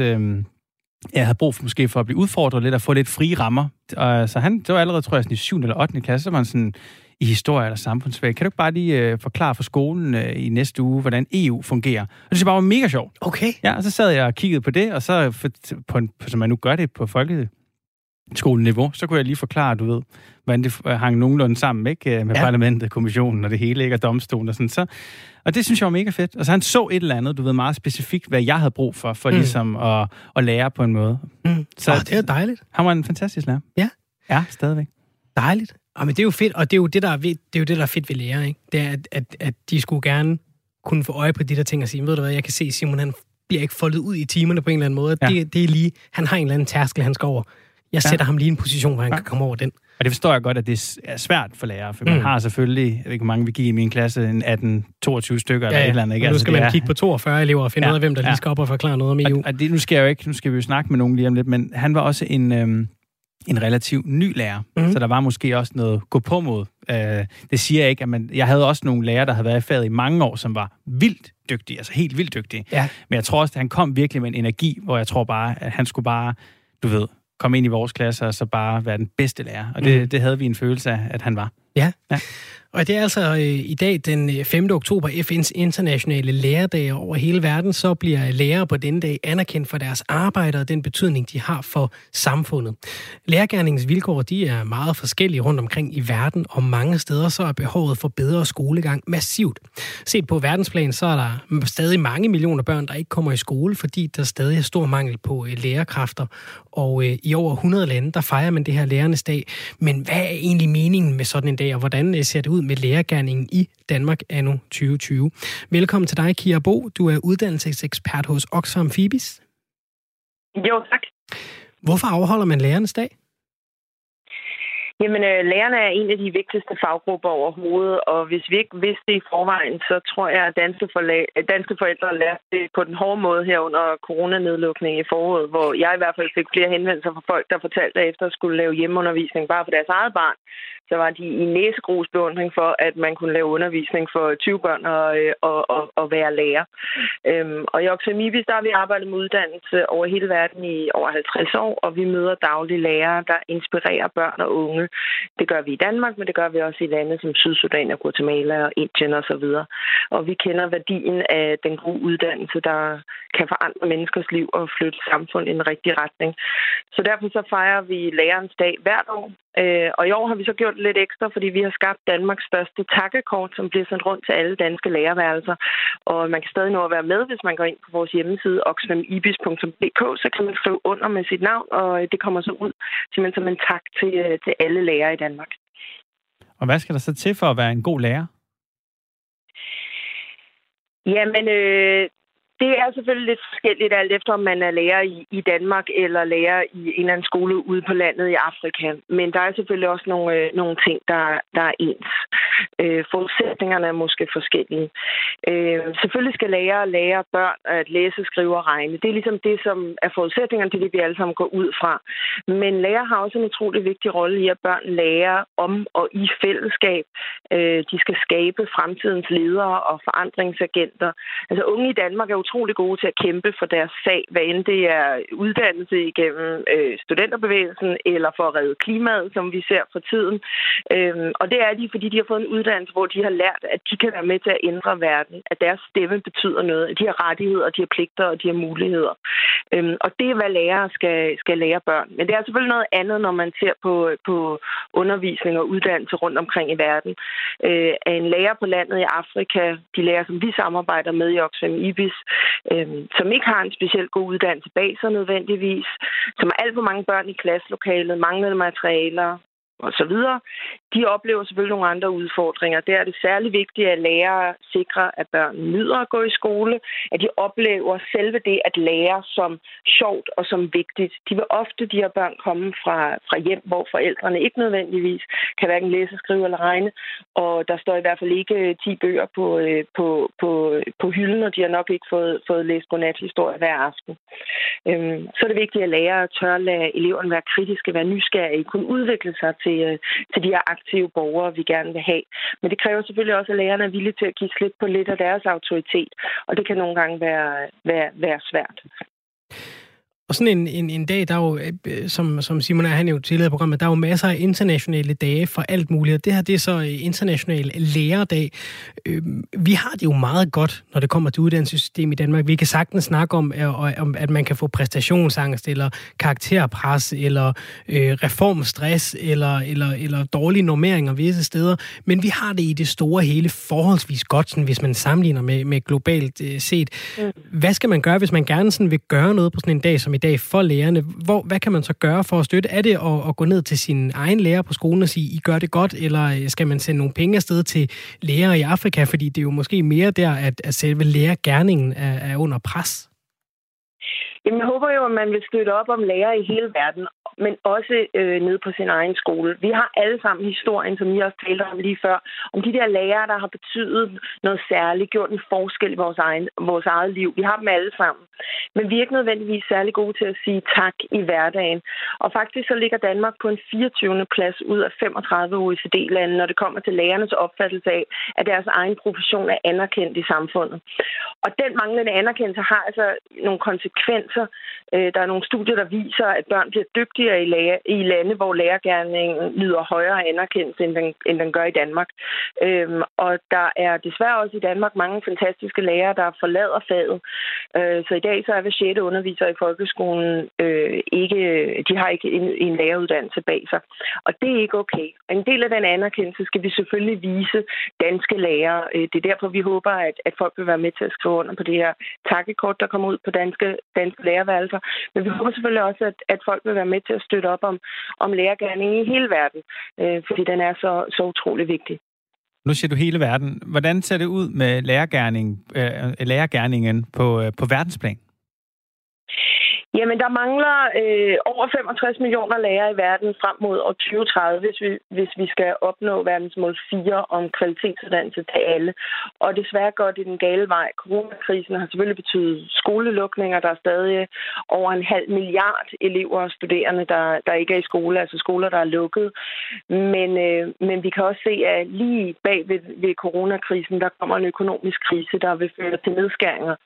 Speaker 2: jeg havde brug for måske for at blive udfordret lidt og få lidt frie rammer. Så det var allerede, tror jeg, sådan i 7. eller 8. klasse, så var han sådan i historie eller samfundsfag. Kan du ikke bare lige forklare for skolen i næste uge, hvordan EU fungerer? Og det synes jeg bare var mega sjovt.
Speaker 1: Okay.
Speaker 2: Ja, og så sad jeg og kiggede på det, og så, som man nu gør det på folkeskoleniveau, så kunne jeg lige forklare, du ved, hvordan det hang nogenlunde sammen, ikke? Med parlamentet, kommissionen og det hele, ikke? Og domstolen og sådan. Så, og det synes jeg var mega fedt. Og så han så et eller andet, du ved, meget specifikt, hvad jeg havde brug for ligesom at lære på en måde. Så
Speaker 1: det er dejligt.
Speaker 2: Han var en fantastisk lærer.
Speaker 1: Ja.
Speaker 2: Ja, stadigvæk.
Speaker 1: Dejligt. Men det er jo fedt, og det er jo det, der er fedt ved lærer, ikke? Det er, at de skulle gerne kunne få øje på de der ting og sige, ved du hvad, jeg kan se, Simon, han bliver ikke foldet ud i timerne på en eller anden måde. Ja. Det er lige, han har en eller anden tærskel, han skal over. Jeg sætter ham lige i en position, hvor han kan komme over den.
Speaker 2: Og det forstår jeg godt, at det er svært for lærere, for man har selvfølgelig, jeg ved ikke, hvor mange vi gik i min klasse, en 18-22 stykker eller et eller andet. Ikke?
Speaker 1: Nu skal man kigge på 42 elever og finde ud af, hvem der lige skal op og forklare noget om EU.
Speaker 2: Og det, nu skal vi jo snakke med nogen lige om lidt, men han var også en relativt ny lærer, så der var måske også noget gå på mod. Det siger jeg ikke, at jeg havde også nogle lærere, der havde været i faget i mange år, som var vildt dygtige, altså helt vildt dygtige. Ja. Men jeg tror også, at han kom virkelig med en energi, hvor jeg tror bare, at han skulle bare, du ved, komme ind i vores klasse og så bare være den bedste lærer. Og det havde vi en følelse af, at han var.
Speaker 1: Ja. Og det er altså i dag den 5. oktober, FN's internationale lærerdag over hele verden, så bliver lærere på denne dag anerkendt for deres arbejde og den betydning, de har for samfundet. Lærergerningens vilkår, de er meget forskellige rundt omkring i verden, og mange steder så er behovet for bedre skolegang massivt. Set på verdensplan, så er der stadig mange millioner børn, der ikke kommer i skole, fordi der stadig er stor mangel på lærerkræfter. Og i over 100 lande, der fejrer man det her lærernes dag. Men hvad er egentlig meningen med sådan en dag, og hvordan ser det ud med lærergerningen i Danmark anno 2020? Velkommen til dig, Kira Bo. Du er uddannelsesekspert hos Oxfam Phoebis.
Speaker 10: Jo, tak.
Speaker 1: Hvorfor afholder man lærernes dag?
Speaker 10: Jamen, lærerne er en af de vigtigste faggrupper overhovedet, og hvis vi ikke vidste det i forvejen, så tror jeg, at danske forældre lærte det på den hårde måde her under coronanedlukningen i foråret, hvor jeg i hvert fald fik flere henvendelser fra folk, der fortalte, at efter at skulle lave hjemmeundervisning bare for deres eget barn, så var de i næsegrus beundring for, at man kunne lave undervisning for 20 børn og være lærer. Og i Oxfam Phoebis, der har vi arbejdet med uddannelse over hele verden i over 50 år, og vi møder daglige lærere, der inspirerer børn og unge. Det gør vi i Danmark, men det gør vi også i lande som Sydsudan og Guatemala og Indien og så videre. Og vi kender værdien af den gode uddannelse, der kan forandre menneskers liv og flytte samfundet i en rigtig retning. Så derfor så fejrer vi lærerens dag hvert år. Og i år har vi så gjort lidt ekstra, fordi vi har skabt Danmarks største takkekort, som bliver sendt rundt til alle danske lærerværelser. Og man kan stadig nå at være med, hvis man går ind på vores hjemmeside oxfamibis.dk, så kan man skrive under med sit navn, og det kommer så ud simpelthen som en tak til alle lærere i Danmark.
Speaker 2: Og hvad skal der så til for at være en god lærer?
Speaker 10: Jamen, det er selvfølgelig lidt forskelligt, alt efter om man er lærer i Danmark eller lærer i en eller anden skole ude på landet i Afrika. Men der er selvfølgelig også nogle ting, der er ens. Forudsætningerne er måske forskellige. Selvfølgelig skal lærere lære børn at læse, skrive og regne. Det er ligesom det, som er forudsætningerne til det, vi alle sammen går ud fra. Men lærer har også en utrolig vigtig rolle i, at børn lærer om og i fællesskab. De skal skabe fremtidens ledere og forandringsagenter. Altså unge i Danmark er utrolig gode til at kæmpe for deres sag, hvad end det er uddannelse igennem studenterbevægelsen eller for at redde klimaet, som vi ser for tiden. Og det er de, fordi de har fået en uddannelse, hvor de har lært, at de kan være med til at ændre verden, at deres stemme betyder noget, at de har rettigheder, de har pligter og de har muligheder. Og det er, hvad lærere skal lære børn. Men det er selvfølgelig noget andet, når man ser på undervisning og uddannelse rundt omkring i verden. En lærer på landet i Afrika, de lærere, som vi samarbejder med i Oxfam Phoebis, som ikke har en specielt god uddannelse bag sig nødvendigvis, som har alt for mange børn i klasselokalet, manglende materialer og så videre, de oplever selvfølgelig nogle andre udfordringer. Der er det særlig vigtigt, at lærere sikrer, at børn nyder at gå i skole, at de oplever selve det at lære som sjovt og som vigtigt. De vil ofte, de her børn, komme fra hjem, hvor forældrene ikke nødvendigvis kan hverken læse, skrive eller regne, og der står i hvert fald ikke 10 bøger på hylden, og de har nok ikke fået læst godnathistorie hver aften. Så er det vigtigt, at lærere tør lade eleverne være kritiske, være nysgerrige, kunne udvikle sig til de her aktive borgere, vi gerne vil have. Men det kræver selvfølgelig også, at lærerne er villige til at give slip på lidt af deres autoritet, og det kan nogle gange være svært.
Speaker 1: Og sådan en dag, der er jo, som Simon han jo tidligere i programmet, der er jo masser af internationale dage for alt muligt. Og det her, det er så international lærerdag. Vi har det jo meget godt, når det kommer til uddannelsessystemet i Danmark. Vi kan sagtens snakke om, at man kan få præstationsangst, eller karakterpres, eller reformstress, eller dårlige normeringer visse steder. Men vi har det i det store hele forholdsvis godt, sådan, hvis man sammenligner med globalt set. Hvad skal man gøre, hvis man gerne sådan vil gøre noget på sådan en dag som i dag for lærerne? Hvad kan man så gøre for at støtte? Er det at gå ned til sin egen lærer på skolen og sige, I gør det godt, eller skal man sende nogle penge afsted til lærere i Afrika? Fordi det er jo måske mere der, at selve lærergerningen er under pres.
Speaker 10: Jamen, jeg håber jo, at man vil støtte op om lærere i hele verden, men også nede på sin egen skole. Vi har alle sammen historien, som I også talte om lige før, om de der lærere, der har betydet noget særligt, gjort en forskel i vores eget liv. Vi har dem alle sammen. Men vi er ikke nødvendigvis særlig gode til at sige tak i hverdagen. Og faktisk så ligger Danmark på en 24. plads ud af 35 OECD-lande, når det kommer til lærernes opfattelse af, at deres egen profession er anerkendt i samfundet. Og den manglende anerkendelse har altså nogle konsekvenser. Der er nogle studier, der viser, at børn bliver dygtigere i lande, hvor lærergerningen nyder højere anerkendelse, end den gør i Danmark. Og der er desværre også i Danmark mange fantastiske lærere, der forlader faget. Så i dag så er hver 6. underviser i folkeskolen de har ikke en læreruddannelse bag sig. Og det er ikke okay. En del af den anerkendelse skal vi selvfølgelig vise danske lærere. Det er derfor, vi håber, at folk vil være med til at skrive under på det her takkekort, der kommer ud på danske lærerværelser. Men vi håber selvfølgelig også, at folk vil være med til at støtte op om lærergerningen i hele verden, fordi den er så utrolig vigtig.
Speaker 2: Nu siger du hele verden. Hvordan ser det ud med lærergerningen på verdensplan?
Speaker 10: Jamen, der mangler over 65 millioner lærere i verden frem mod år 2030, hvis vi skal opnå verdensmål 4 om kvalitetsuddannelse til alle. Og desværre går det den gale vej. Coronakrisen har selvfølgelig betydet skolelukninger. Der er stadig over 0,5 milliard elever og studerende, der ikke er i skole, altså skoler, der er lukket. Men vi kan også se, at lige bag ved coronakrisen, der kommer en økonomisk krise, der vil føre til nedskæringer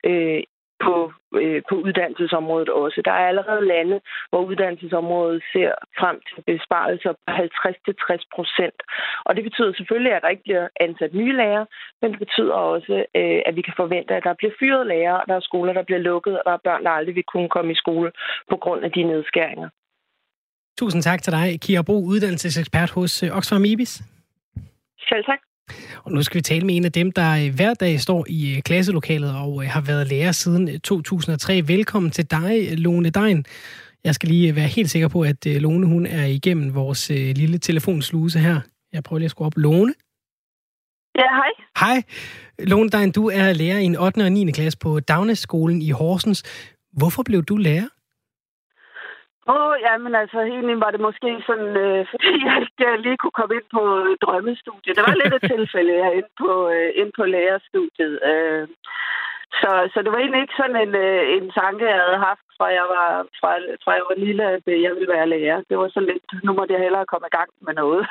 Speaker 10: på uddannelsesområdet også. Der er allerede lande, hvor uddannelsesområdet ser frem til besparelser på 50-60%. Og det betyder selvfølgelig, at der ikke bliver ansat nye lærere, men det betyder også, at vi kan forvente, at der bliver fyret lærere, og der er skoler, der bliver lukket, og der er børn, der aldrig vil kunne komme i skole på grund af de nedskæringer.
Speaker 1: Tusind tak til dig, Kira Bro, uddannelsesekspert hos Oxfam IBIS.
Speaker 10: Selv tak.
Speaker 1: Og nu skal vi tale med en af dem, der hver dag står i klasselokalet og har været lærer siden 2003. Velkommen til dig, Lone Dein. Jeg skal lige være helt sikker på, at Lone hun er igennem vores lille telefonsluse her. Jeg prøver lige at skrue op. Lone?
Speaker 11: Ja, hej.
Speaker 1: Hej. Lone Dein, du er lærer i en 8. og 9. klasse på Dagnes-skolen i Horsens. Hvorfor blev du lærer?
Speaker 11: Jamen altså, egentlig var det måske sådan, fordi jeg lige kunne komme ind på drømmestudiet. Det var lidt et tilfælde, jeg er inde på lærerstudiet. Så det var egentlig ikke sådan en tanke, jeg havde haft, fra jeg var lille, at jeg ville være lærer. Det var sådan lidt, nu måtte jeg hellere komme i gang med noget.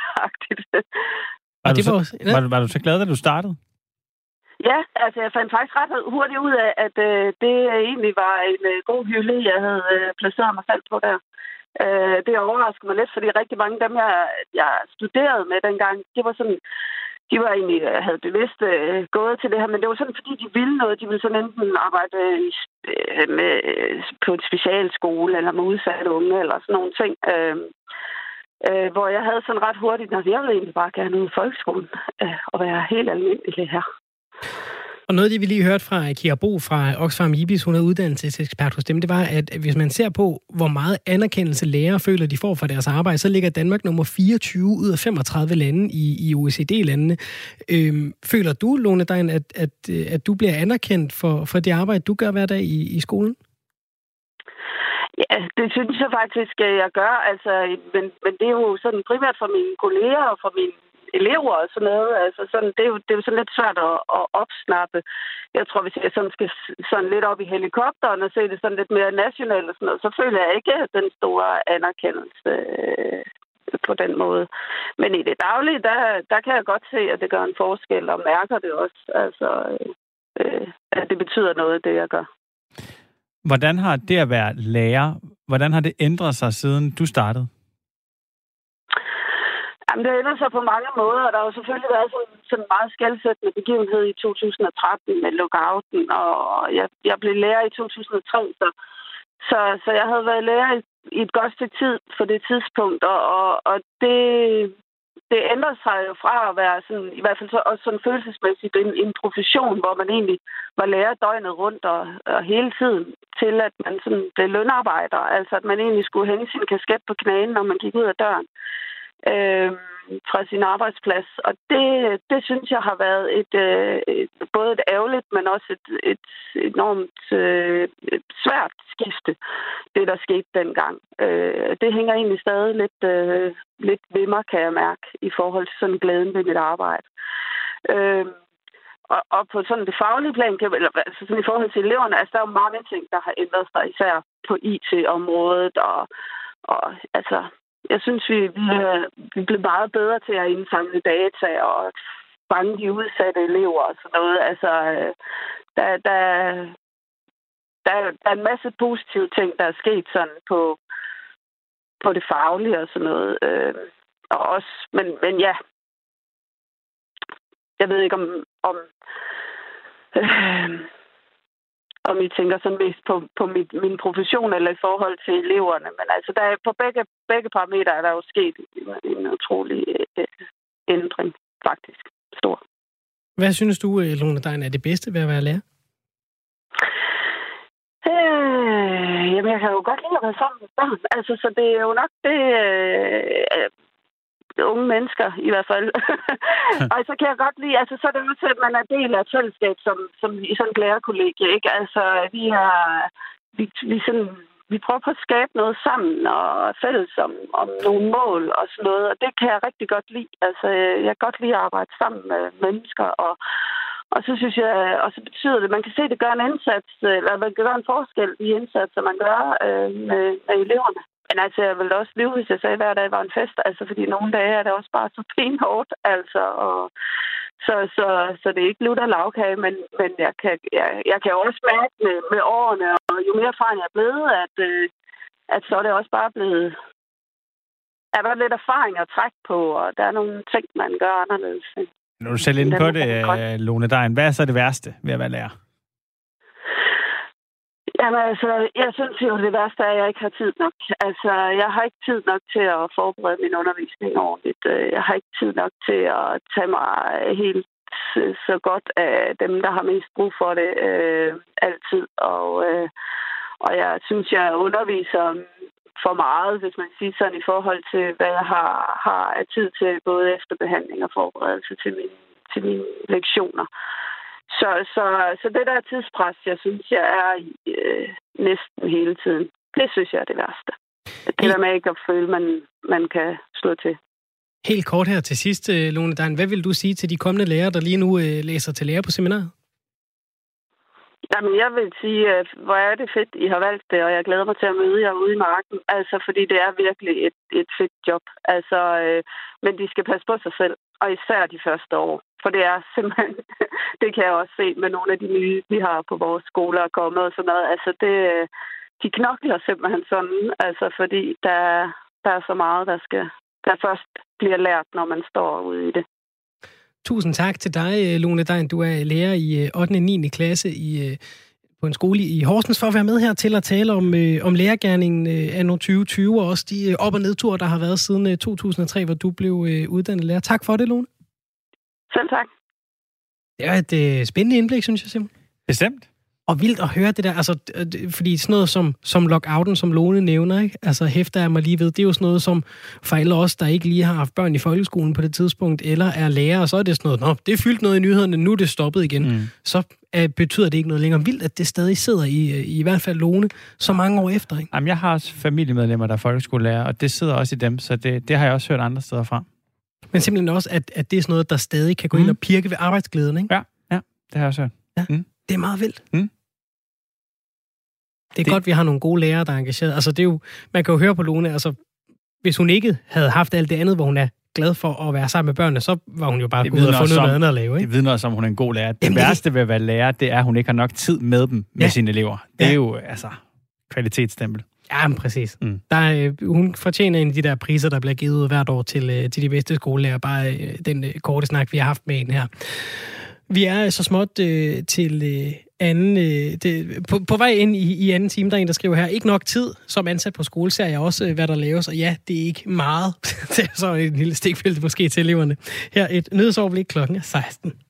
Speaker 2: Var du så glad, da du startede?
Speaker 11: Ja, altså jeg fandt faktisk ret hurtigt ud af, at det egentlig var en god hylde, jeg havde placeret mig selv på der. Det overraskede mig lidt, fordi rigtig mange af dem, jeg studerede med dengang, det var sådan, de var egentlig, havde bevidst gået til det her, men det var sådan, fordi de ville noget. De ville sådan enten arbejde på et specialskole, eller med udsatte unge, eller sådan nogle ting. Hvor jeg havde sådan ret hurtigt, jeg ville egentlig bare gerne ud i folkeskolen, og være helt almindelig her.
Speaker 1: Og noget af det, vi lige hørte fra Kira Bo fra Oxfam IBIS, hun er uddannelsesekspert hos dem, det var, at hvis man ser på, hvor meget anerkendelse lærere føler, de får for deres arbejde, så ligger Danmark nummer 24 ud af 35 lande i OECD-landene. Føler du, Lone Dein, at du bliver anerkendt for det arbejde, du gør hver dag i skolen?
Speaker 11: Ja, det synes jeg faktisk, at jeg gør. Altså, men det er jo sådan primært for mine kolleger og for mine elever og sådan noget. Altså, sådan, det er jo sådan lidt svært at opsnappe. Jeg tror, hvis jeg sådan skal sådan lidt op i helikopteren og se det sådan lidt mere nationalt og sådan noget, så føler jeg ikke den store anerkendelse på den måde. Men i det daglige, der kan jeg godt se, at det gør en forskel, og mærker det også. Altså, at det betyder noget, det jeg gør.
Speaker 2: Hvordan har det at være lærer, hvordan har det ændret sig, siden du startede?
Speaker 11: Jamen, det ændrer sig på mange måder, og der har jo selvfølgelig været sådan en meget skelsættende begivenhed i 2013 med lockouten, og jeg blev lærer i 2003, så jeg havde været lærer i et godt stykke tid for det tidspunkt, og det ændrer sig jo fra at være sådan, i hvert fald så også sådan følelsesmæssigt en profession, hvor man egentlig var lærer døgnet rundt og hele tiden, til at man sådan blev lønarbejder, altså at man egentlig skulle hænge sin kasket på knæene, når man gik ud af døren fra sin arbejdsplads. Og det synes jeg har været både et ærgerligt, men også et enormt svært skifte, det der skete dengang. Det hænger egentlig stadig lidt ved mig, kan jeg mærke, i forhold til sådan glæden ved mit arbejde. Og på sådan det faglige plan, altså sådan i forhold til eleverne, altså der er jo mange ting, der har ændret sig, især på IT-området, og altså jeg synes, vi blev meget bedre til at indsamle data og fange de udsatte elever og sådan noget. Altså, der er en masse positive ting, der er sket sådan på det faglige og sådan noget. Og også, men ja, jeg ved ikke om I tænker sådan mest på min profession eller i forhold til eleverne. Men altså, der er på begge parametre er der jo sket en utrolig ændring, faktisk. Stor.
Speaker 1: Hvad synes du, Lone Dein, er det bedste ved at være lærer?
Speaker 11: Jamen, jeg kan jo godt lide at være sammen med børn. Altså, så det er jo nok det... unge mennesker i hvert fald. Og så kan jeg godt lide, altså så er det også, at man er del af et fællesskab, som i sådan en lærerkollegie, ikke? Altså vi prøver på at skabe noget sammen og fælles om nogle mål og sådan noget, og det kan jeg rigtig godt lide. Altså jeg kan godt lide at arbejde sammen med mennesker, og så synes jeg, og så betyder det, at man kan se, at det gør en indsats, eller man kan gøre en forskel i indsatser, man gør med eleverne. Men altså, jeg ville også lyve, hvis jeg sagde, at hver dag var en fest. Altså, fordi nogle dage er det også bare så benhårdt. Altså, og så det er ikke lutter lavkage, men jeg kan også mærke med årene, og jo mere erfaring jeg er blevet, at så er det også bare blevet... Er der lidt erfaring at trække på, og der er nogle ting, man gør anderledes.
Speaker 2: Nu er du selv inde på det, Lone Dein. Hvad er så det værste ved at være lærer?
Speaker 11: Jamen altså, jeg synes jo, det værste er, at jeg ikke har tid nok. Altså, jeg har ikke tid nok til at forberede min undervisning ordentligt. Jeg har ikke tid nok til at tage mig helt så godt af dem, der har mest brug for det altid. Og jeg synes, jeg underviser for meget, hvis man siger sådan, i forhold til, hvad jeg har af tid til, både efterbehandling og forberedelse til mine lektioner. Så det der tidspres, jeg synes, jeg er i næsten hele tiden, det synes jeg er det værste. Det der med ikke at føle, man kan slå til.
Speaker 1: Helt kort her til sidst, Lone Dein. Hvad vil du sige til de kommende lærere, der lige nu læser til lærer på seminaret?
Speaker 11: Jamen, jeg vil sige, hvor er det fedt, I har valgt det, og jeg glæder mig til at møde jer ude i marken. Altså, fordi det er virkelig et fedt job. Altså, men de skal passe på sig selv, og især de første år. For det er simpelthen, det kan jeg også se med nogle af de nye, vi har på vores skoler og kommet og sådan noget. Altså, de knokler simpelthen sådan, altså, fordi der er så meget, der først bliver lært, når man står ude i det.
Speaker 1: Tusind tak til dig, Lone Dein. Du er lærer i 8. og 9. klasse på en skole i Horsens, for at være med her til at tale om lærergerningen anno 2020, og også de op- og nedture, der har været siden 2003, hvor du blev uddannet lærer. Tak for det, Lone.
Speaker 11: Selv tak.
Speaker 1: Det er et spændende indblik, synes jeg simpelthen.
Speaker 2: Bestemt.
Speaker 1: Og vildt at høre det der, altså, fordi sådan noget som lockouten, som Lone nævner, ikke? Altså hæfter jeg mig lige ved, det er jo sådan noget som for alle os, der ikke lige har haft børn i folkeskolen på det tidspunkt, eller er lærer, og så er det sådan noget, det er fyldt noget i nyhederne, nu er det stoppet igen. Så betyder det ikke noget længere. Vildt, at det stadig sidder i hvert fald Lone så mange år efter, ikke?
Speaker 2: Jamen, jeg har også familiemedlemmer, der er folkeskolelærer, og det sidder også i dem, så det har jeg også hørt andre steder fra.
Speaker 1: Men simpelthen også, at det er sådan noget, der stadig kan gå ind og pirke ved arbejdsglæden, ikke?
Speaker 2: Ja, det har jeg også hørt.
Speaker 1: Ja, det er meget vildt. Det er godt, vi har nogle gode lærere, der er engageret. Altså, det er jo, man kan jo høre på Lone, altså, hvis hun ikke havde haft alt det andet, hvor hun er glad for at være sammen med børnene, så var hun jo bare gået og fundet noget andet at lave, ikke?
Speaker 2: Det vidner også om, hun er en god lærer. Det værste ved at være lærer, det er, at hun ikke har nok tid med dem, med sine elever. Det er jo, altså, kvalitetsstempel.
Speaker 1: Ja, men præcis. Hun fortjener en af de der priser, der bliver givet ud hvert år til de bedste skolelærer. Bare den korte snak, vi har haft med en her. Vi er så småt til anden... På vej ind i anden time, der er en, der skriver her, ikke nok tid som ansat på skole, ser jeg også, hvad der laves. Og ja, det er ikke meget. Det er så en lille stikfælde måske til eleverne. Her et nyhedsoverblik, klokken er 16.